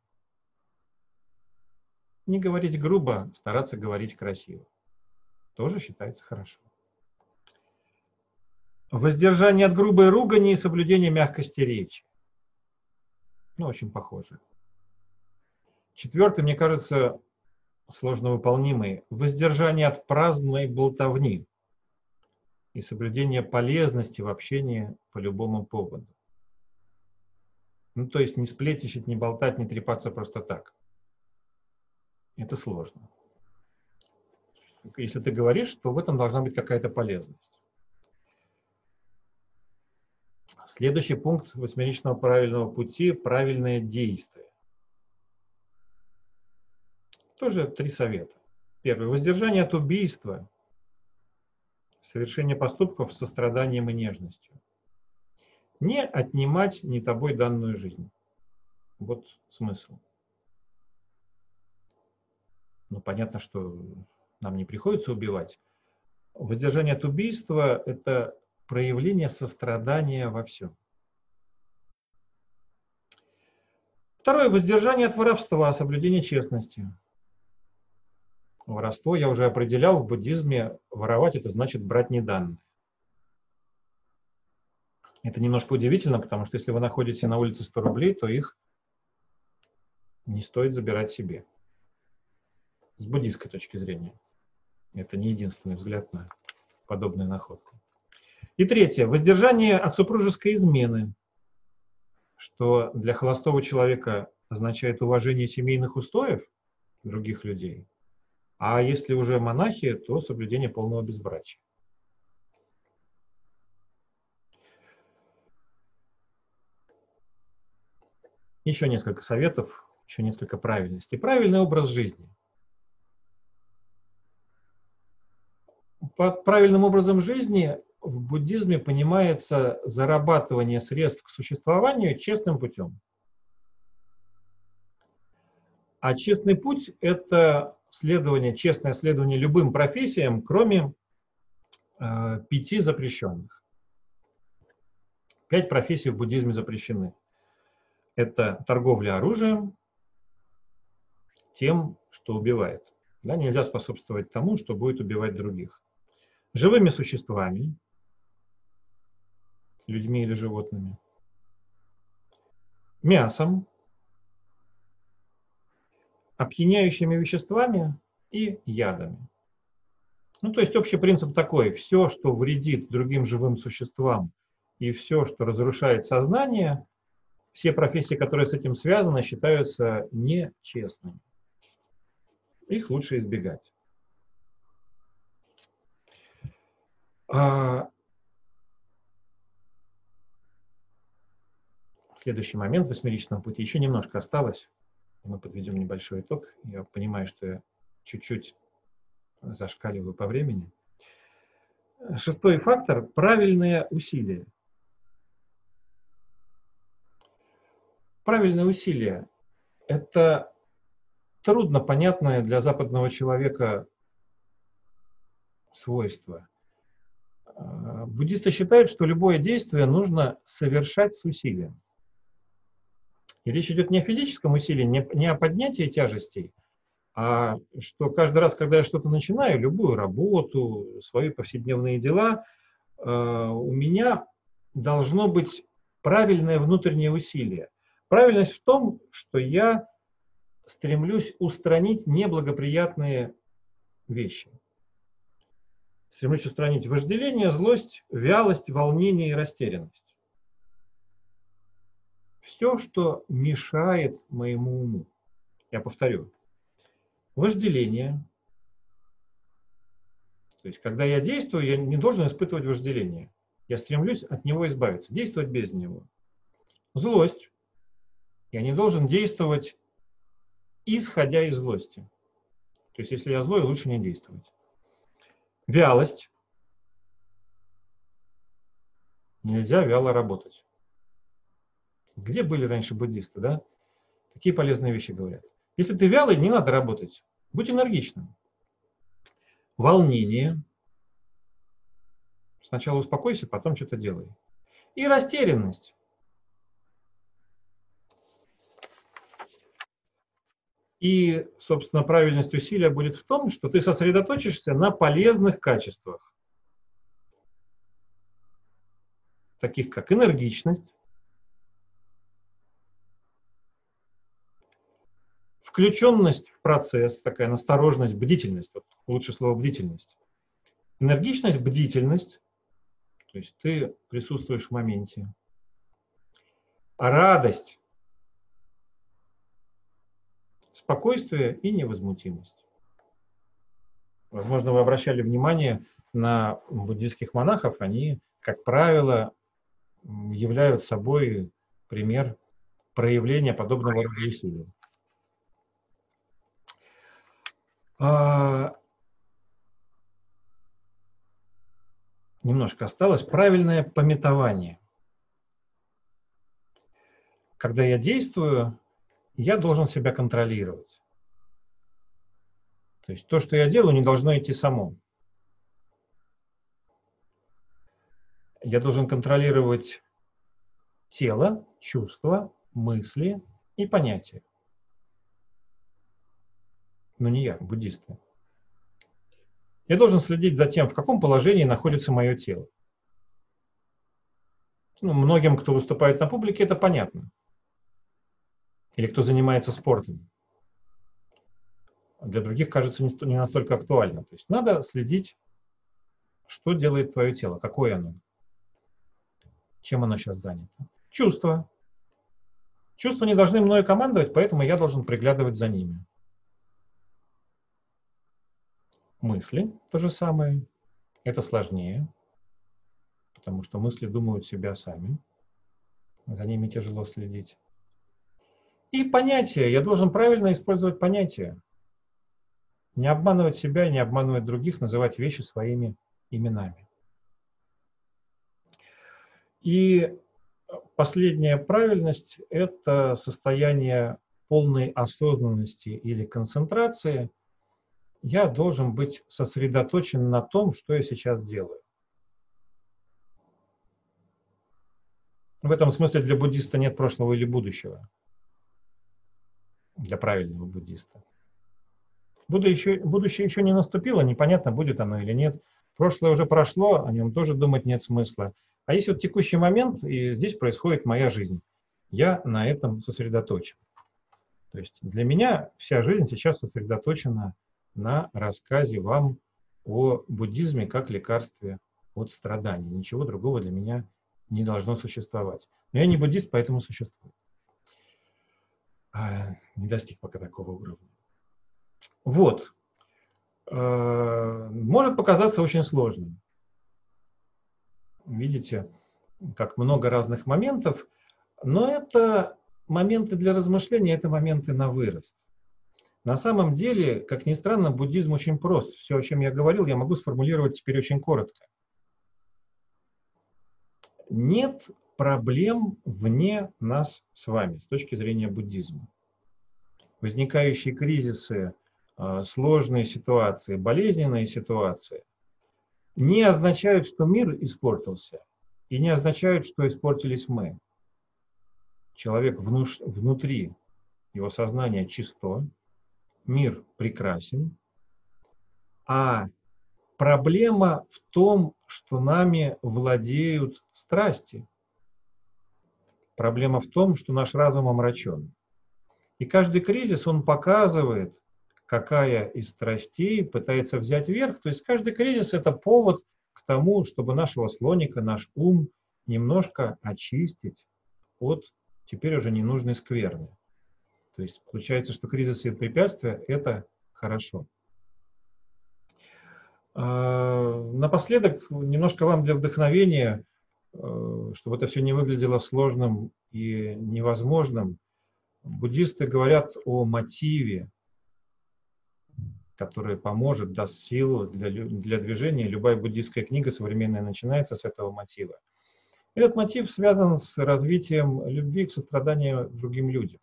Не говорить грубо, стараться говорить красиво. Тоже считается хорошо. Воздержание от грубой ругани и соблюдение мягкости речи. Ну, очень похоже. Четвертый, мне кажется, сложно выполнимый. Воздержание от праздной болтовни и соблюдение полезности в общении по любому поводу. Ну, то есть не сплетничать, не болтать, не трепаться просто так. Это сложно. Если ты говоришь, то в этом должна быть какая-то полезность. Следующий пункт восьмеричного правильного пути – правильное действие. Тоже три совета. Первый – воздержание от убийства, совершение поступков с состраданием и нежностью. Не отнимать не тобой данную жизнь. Вот смысл. Ну, понятно, что нам не приходится убивать. Воздержание от убийства – это проявление сострадания во всем. Второе – воздержание от воровства, соблюдение честности. Воровство я уже определял в буддизме. Воровать – это значит брать неданное. Это немножко удивительно, потому что если вы находите на улице сто рублей, то их не стоит забирать себе. С буддистской точки зрения. Это не единственный взгляд на подобную находку. И третье. Воздержание от супружеской измены, что для холостого человека означает уважение семейных устоев других людей, а если уже монахи, то соблюдение полного безбрачия. Еще несколько советов, еще несколько правильностей. Правильный образ жизни. Под правильным образом жизни в буддизме понимается зарабатывание средств к существованию честным путем. А честный путь – это следование, честное следование любым профессиям, кроме э, пяти запрещенных. Пять профессий в буддизме запрещены. Это торговля оружием, тем, что убивает. Да, нельзя способствовать тому, что будет убивать других. Живыми существами, людьми или животными, мясом, опьяняющими веществами и ядами. Ну, то есть общий принцип такой: все, что вредит другим живым существам, и все, что разрушает сознание, все профессии, которые с этим связаны, считаются нечестными. Их лучше избегать. А следующий момент восьмеричного пути. Еще немножко осталось. Мы подведем небольшой итог. Я понимаю, что я чуть-чуть зашкаливаю по времени. Шестой фактор – правильные усилия. Правильные усилия – это трудно понятное для западного человека свойство. Буддисты считают, что любое действие нужно совершать с усилием. И речь идет не о физическом усилии, не о поднятии тяжестей, а что каждый раз, когда я что-то начинаю, любую работу, свои повседневные дела, у меня должно быть правильное внутреннее усилие. Правильность в том, что я стремлюсь устранить неблагоприятные вещи. Стремлюсь устранить вожделение, злость, вялость, волнение и растерянность. Все, что мешает моему уму. Я повторю. Вожделение. То есть, когда я действую, я не должен испытывать вожделение. Я стремлюсь от него избавиться, действовать без него. Злость. Я не должен действовать, исходя из злости. То есть, если я злой, лучше не действовать. Вялость. Нельзя вяло работать. Где были раньше буддисты, да? Такие полезные вещи говорят. Если ты вялый, не надо работать. Будь энергичным. Волнение. Сначала успокойся, потом что-то делай. И растерянность. И, собственно, правильность усилия будет в том, что ты сосредоточишься на полезных качествах, таких как энергичность, включенность в процесс, такая настороженность, бдительность, вот лучше слово бдительность. Энергичность, бдительность, то есть ты присутствуешь в моменте. А радость, спокойствие и невозмутимость. Возможно, вы обращали внимание на буддийских монахов, они, как правило, являют собой пример проявления подобного рода усилий. А... Немножко осталось. Правильное памятование. Когда я действую, я должен себя контролировать. То есть то, что я делаю, не должно идти само. Я должен контролировать тело, чувства, мысли и понятия. Но не я, буддисты. Я должен следить за тем, в каком положении находится мое тело. Ну, многим, кто выступает на публике, это понятно. Или кто занимается спортом. Для других, кажется, не настолько актуально. То есть надо следить, что делает твое тело, какое оно, чем оно сейчас занято. Чувства. Чувства не должны мною командовать, поэтому я должен приглядывать за ними. Мысли то же самое. Это сложнее, потому что мысли думают себя сами. За ними тяжело следить. И понятия. Я должен правильно использовать понятия. Не обманывать себя, не обманывать других, называть вещи своими именами. И последняя правильность – это состояние полной осознанности или концентрации. Я должен быть сосредоточен на том, что я сейчас делаю. В этом смысле для буддиста нет прошлого или будущего. Для правильного буддиста. Будущее, будущее еще не наступило, непонятно, будет оно или нет. Прошлое уже прошло, о нем тоже думать нет смысла. А есть вот текущий момент, и здесь происходит моя жизнь. Я на этом сосредоточен. То есть для меня вся жизнь сейчас сосредоточена на рассказе вам о буддизме как лекарстве от страданий. Ничего другого для меня не должно существовать. Но я не буддист, поэтому существую. А, не достиг пока такого уровня. Вот. Может показаться очень сложным. Видите, как много разных моментов, но это моменты для размышления, это моменты на вырост. На самом деле, как ни странно, буддизм очень прост. Все, о чем я говорил, я могу сформулировать теперь очень коротко. Нет проблем вне нас с вами с точки зрения буддизма. Возникающие кризисы, сложные ситуации, болезненные ситуации не означают, что мир испортился, и не означают, что испортились мы. Человек внуш... внутри, его сознание чисто, мир прекрасен, а проблема в том, что нами владеют страсти. Проблема в том, что наш разум омрачен. И каждый кризис, он показывает, какая из страстей пытается взять верх. То есть каждый кризис – это повод к тому, чтобы нашего слоника, наш ум немножко очистить от теперь уже ненужной скверны. То есть получается, что кризисы и препятствия – это хорошо. Напоследок, немножко вам для вдохновения, чтобы это все не выглядело сложным и невозможным, буддисты говорят о мотиве, который поможет, даст силу для, для движения. Любая буддистская книга современная начинается с этого мотива. Этот мотив связан с развитием любви к состраданию другим людям.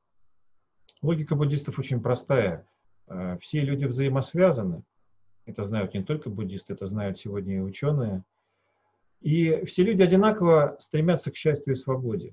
Логика буддистов очень простая. Все люди взаимосвязаны. Это знают не только буддисты, это знают сегодня и ученые. И все люди одинаково стремятся к счастью и свободе.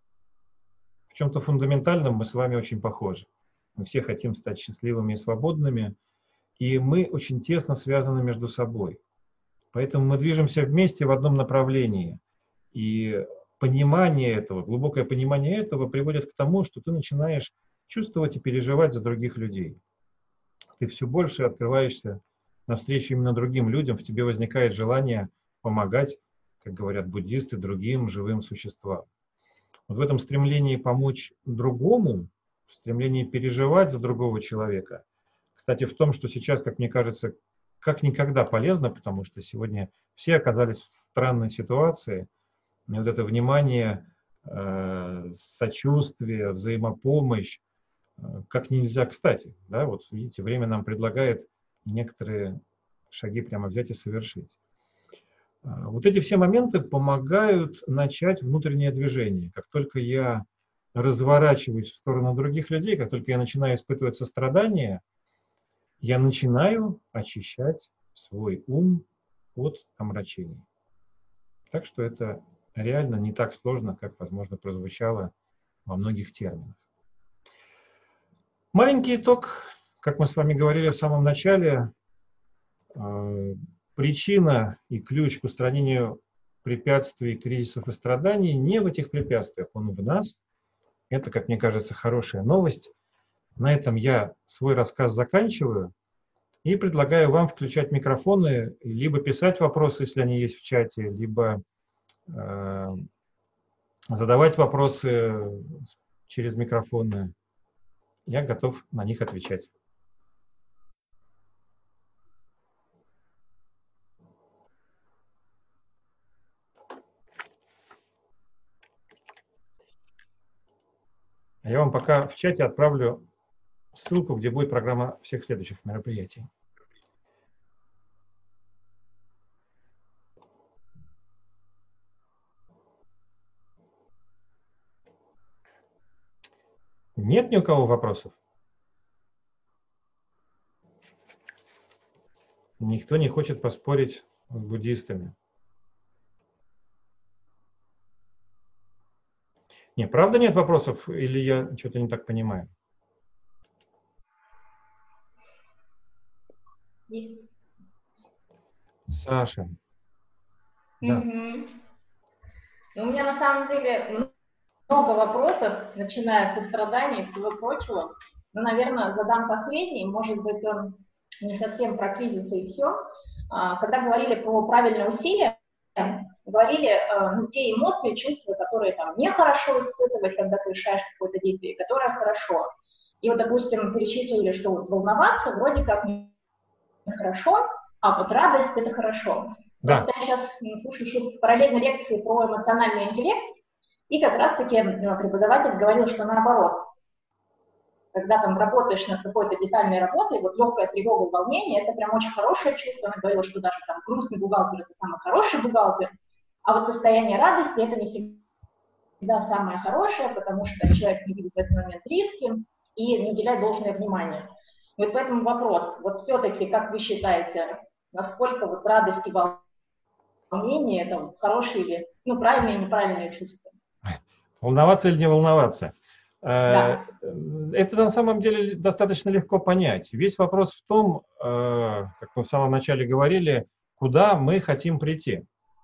В чем-то фундаментальном мы с вами очень похожи. Мы все хотим стать счастливыми и свободными, и мы очень тесно связаны между собой. Поэтому мы движемся вместе в одном направлении. И понимание этого, глубокое понимание этого приводит к тому, что ты начинаешь чувствовать и переживать за других людей. Ты все больше открываешься навстречу именно другим людям, в тебе возникает желание помогать, как говорят буддисты, другим живым существам. Вот в этом стремлении помочь другому, в стремлении переживать за другого человека, кстати, в том, что сейчас, как мне кажется, как никогда полезно, потому что сегодня все оказались в странной ситуации, и вот это внимание, э, сочувствие, взаимопомощь, э, как нельзя кстати. Да? Вот видите, время нам предлагает некоторые шаги прямо взять и совершить. Вот эти все моменты помогают начать внутреннее движение. Как только я разворачиваюсь в сторону других людей, как только я начинаю испытывать сострадание, я начинаю очищать свой ум от омрачений. Так что это реально не так сложно, как, возможно, прозвучало во многих терминах. Маленький итог, как мы с вами говорили в самом начале, причина и ключ к устранению препятствий, кризисов и страданий не в этих препятствиях, он в нас. Это, как мне кажется, хорошая новость. На этом я свой рассказ заканчиваю и предлагаю вам включать микрофоны, либо писать вопросы, если они есть в чате, либо э, задавать вопросы через микрофоны. Я готов на них отвечать. Я вам пока в чате отправлю ссылку, где будет программа всех следующих мероприятий. Нет ни у кого вопросов? Никто не хочет поспорить с буддистами. Не, правда нет вопросов, или я что-то не так понимаю? Саша. Да. Mm-hmm. У меня на самом деле много вопросов, начиная со страданий и всего прочего. Но, наверное, задам последний, может быть, он не совсем про кризис и все. Когда говорили про правильные усилия, говорили ну, те эмоции, чувства, которые там нехорошо испытывать, когда ты решаешь какое-то действие, которое хорошо. И вот, допустим, перечислили, что волноваться вроде как нехорошо, а вот радость – это хорошо. Да. Просто я сейчас слушаю параллельно лекции про эмоциональный интеллект, и как раз-таки преподаватель говорил, что наоборот, когда там работаешь над какой-то детальной работой, вот легкая тревога, волнение, это прям очень хорошее чувство. Она говорила, что даже там грустный бухгалтер – это самый хороший бухгалтер, а вот состояние радости – это не всегда самое хорошее, потому что человек не видит в этот момент риски и не уделяет должное внимание. И вот поэтому вопрос, вот все-таки, как вы считаете, насколько вот радость и волнение – это хорошие или, ну, правильные и неправильные чувства? Волноваться или не волноваться? Да. Это на самом деле достаточно легко понять. Весь вопрос в том, как мы в самом начале говорили, куда мы хотим прийти.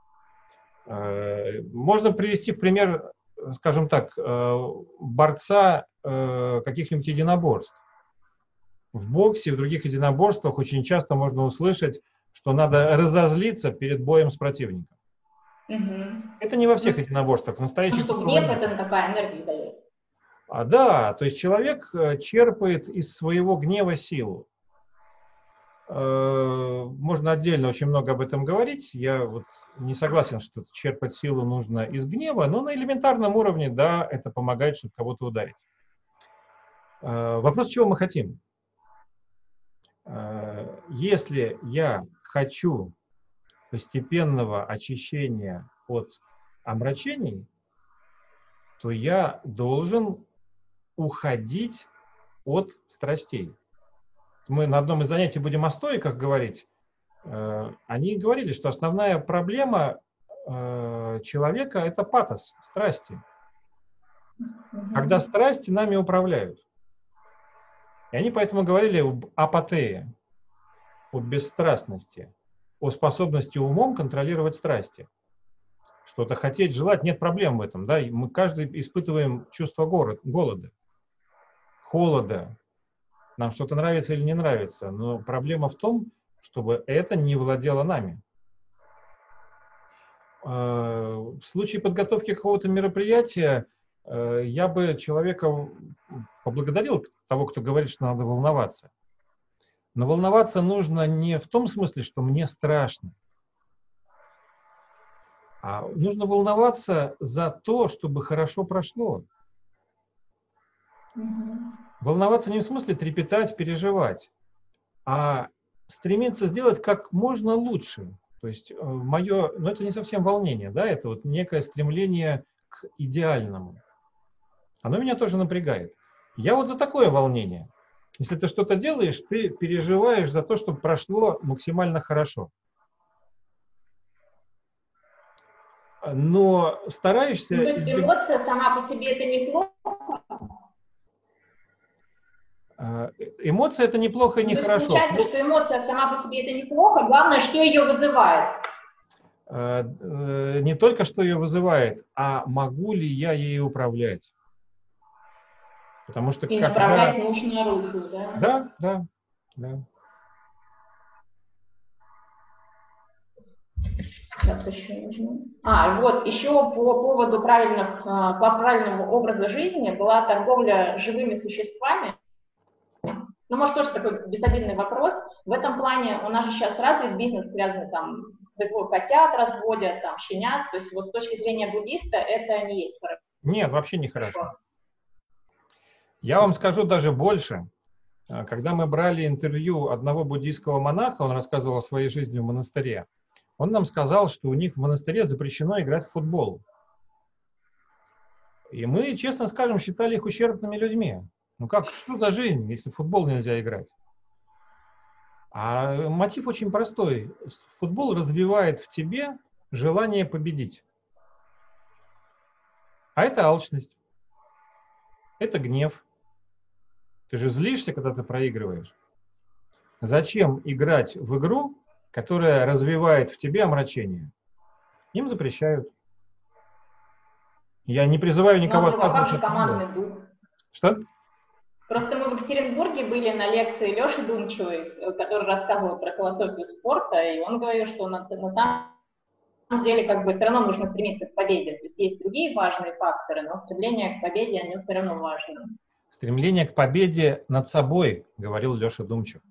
Можно привести в пример, скажем так, борца каких-нибудь единоборств. В боксе, в других единоборствах очень часто можно услышать, что надо разозлиться перед боем с противником. Угу. Это не во всех единоборствах. Настоящий что гнев это такая энергия дает. А, да, то есть человек черпает из своего гнева силу. Можно отдельно очень много об этом говорить. Я вот не согласен, что черпать силу нужно из гнева, но на элементарном уровне, да, это помогает, чтобы кого-то ударить. Вопрос, чего мы хотим? Если я хочу постепенного очищения от омрачений, то я должен уходить от страстей. Мы на одном из занятий будем о стоиках говорить. Они говорили, что основная проблема человека – это патос, страсти. Когда страсти нами управляют. И они поэтому говорили об апатее, о бесстрастности, о способности умом контролировать страсти. Что-то хотеть, желать, нет проблем в этом. Да? Мы каждый испытываем чувство голода, холода. Нам что-то нравится или не нравится. Но проблема в том, чтобы это не владело нами. В случае подготовки какого-то мероприятия я бы человека поблагодарил, того, кто говорит, что надо волноваться. Но волноваться нужно не в том смысле, что мне страшно, а нужно волноваться за то, чтобы хорошо прошло. Mm-hmm. Волноваться не в смысле трепетать, переживать, а стремиться сделать как можно лучше. То есть мое, но это не совсем волнение, да, это вот некое стремление к идеальному. Оно меня тоже напрягает. Я вот за такое волнение. Если ты что-то делаешь, ты переживаешь за то, чтобы прошло максимально хорошо. Но стараешься... Ну, то есть эмоция сама по себе это неплохо? Эмоция это неплохо и нехорошо. То есть получается, что эмоция сама по себе это неплохо, главное, что ее вызывает. Не только что ее вызывает, а могу ли я ей управлять. Потому что и когда... направлять в нужное русло, да? Да, да, да. Сейчас еще нужно. А, вот, еще по поводу правильных, по правильному образу жизни была торговля живыми существами. Ну, может, тоже такой безобидный вопрос. В этом плане у нас же сейчас развит бизнес, связанный там, котят разводят, там, щенят. То есть вот с точки зрения буддиста это не есть хорошо. Нет, вообще не хорошо. Я вам скажу даже больше. Когда мы брали интервью одного буддийского монаха, он рассказывал о своей жизни в монастыре, он нам сказал, что у них в монастыре запрещено играть в футбол. И мы, честно скажем, считали их ущербными людьми. Ну как, что за жизнь, если в футбол нельзя играть? А мотив очень простой. Футбол развивает в тебе желание победить. А это алчность. Это гнев. Ты же злишься, когда ты проигрываешь. Зачем играть в игру, которая развивает в тебе омрачение? Им запрещают. Я не призываю никого отказываться от командный дух. Что? Просто мы в Екатеринбурге были на лекции Леши Думчевой, который рассказывал про философию спорта, и он говорил, что на, на самом деле как бы все равно нужно стремиться к победе. То есть есть другие важные факторы, но стремление к победе, они все равно важны. Стремление к победе над собой, говорил Леша Думчев,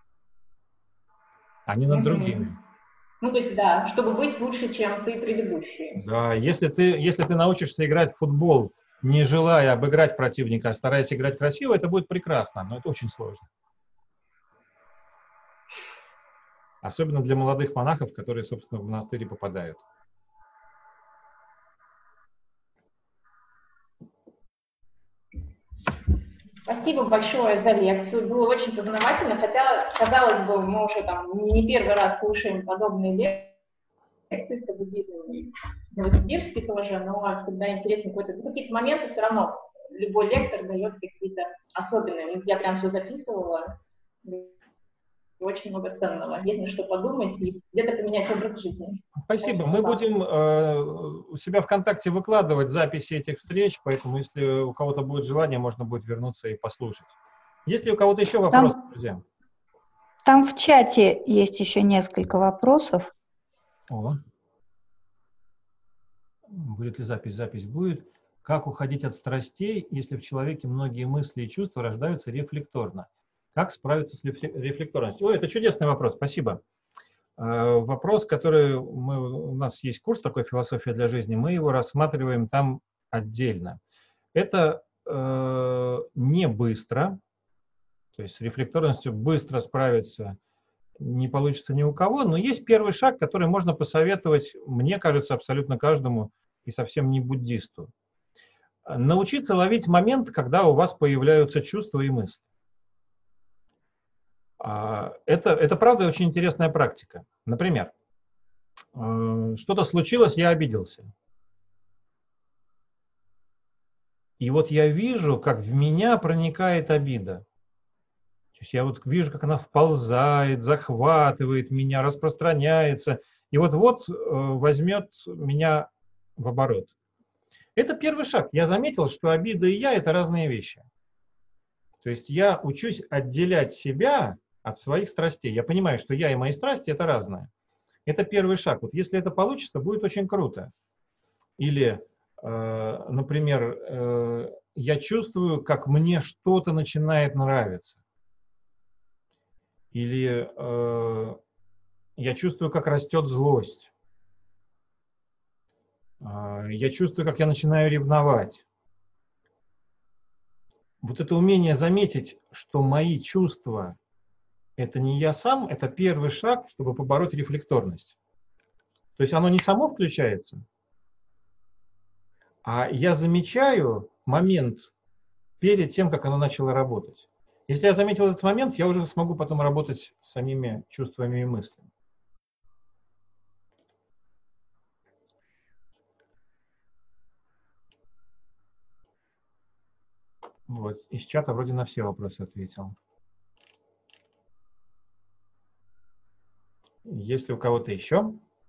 а не над mm-hmm. другими. Ну, то есть, да, чтобы быть лучше, чем ты предыдущие. Да, если ты, если ты научишься играть в футбол, не желая обыграть противника, а стараясь играть красиво, это будет прекрасно, но это очень сложно. Особенно для молодых монахов, которые, собственно, в монастыри попадают. Спасибо большое за лекцию. Было очень познавательно, хотя, казалось бы, мы уже там не первый раз слушаем подобные лекции по буддизму и в Новосибирске тоже, но всегда интересно какой-то, какие-то моменты все равно. Любой лектор дает какие-то особенные. Я прям все записывала. Очень много ценного. Есть на что подумать и где-то поменять образ жизни. Спасибо. Мы будем э, у себя ВКонтакте выкладывать записи этих встреч, поэтому если у кого-то будет желание, можно будет вернуться и послушать. Есть ли у кого-то еще вопросы, там, друзья? Там в чате есть еще несколько вопросов. О. Будет ли запись? Запись будет. Как уходить от страстей, если в человеке многие мысли и чувства рождаются рефлекторно? Как справиться с рефлекторностью? Ой, это чудесный вопрос, спасибо. Э, вопрос, который мы, у нас есть курс такой «Философия для жизни», мы его рассматриваем там отдельно. Это э, не быстро, то есть с рефлекторностью быстро справиться не получится ни у кого, но есть первый шаг, который можно посоветовать, мне кажется, абсолютно каждому и совсем не буддисту. Научиться ловить момент, когда у вас появляются чувства и мысли. Это, это правда очень интересная практика. Например, что-то случилось, я обиделся. И вот я вижу, как в меня проникает обида. То есть я вот вижу, как она вползает, захватывает меня, распространяется. И вот-вот возьмет меня в оборот. Это первый шаг. Я заметил, что обида и я – это разные вещи. То есть я учусь отделять себя от своих страстей. Я понимаю, что я и мои страсти – это разное. Это первый шаг. Вот если это получится, будет очень круто. Или, э, например, э, я чувствую, как мне что-то начинает нравиться. Или э, я чувствую, как растет злость. Э, я чувствую, как я начинаю ревновать. Вот это умение заметить, что мои чувства – это не я сам, это первый шаг, чтобы побороть рефлекторность. То есть оно не само включается, а я замечаю момент перед тем, как оно начало работать. Если я заметил этот момент, я уже смогу потом работать с самими чувствами и мыслями. Вот. Из чата вроде на все вопросы ответил. Есть ли у кого-то еще?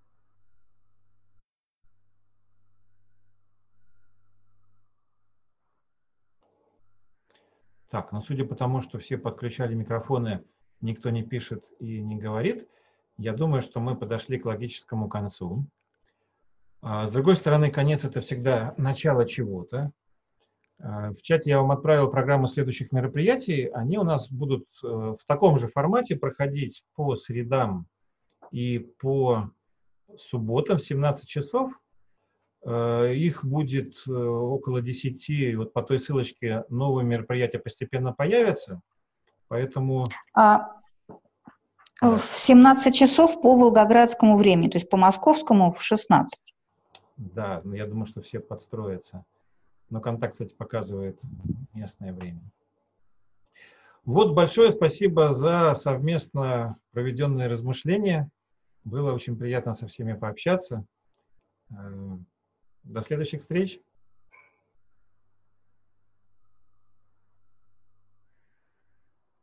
Так, ну судя по тому, что все подключали микрофоны, никто не пишет и не говорит, я думаю, что мы подошли к логическому концу. С другой стороны, конец – это всегда начало чего-то. В чате я вам отправил программу следующих мероприятий. Они у нас будут в таком же формате проходить по средам и по субботам в семнадцать часов. Их будет около десяти. Вот по той ссылочке новые мероприятия постепенно появятся. Поэтому... А, в семнадцать часов по волгоградскому времени, то есть по московскому в шестнадцать. Да, я думаю, что все подстроятся. Но контакт, кстати, показывает местное время. Вот большое спасибо за совместно проведенные размышления. Было очень приятно со всеми пообщаться. До следующих встреч.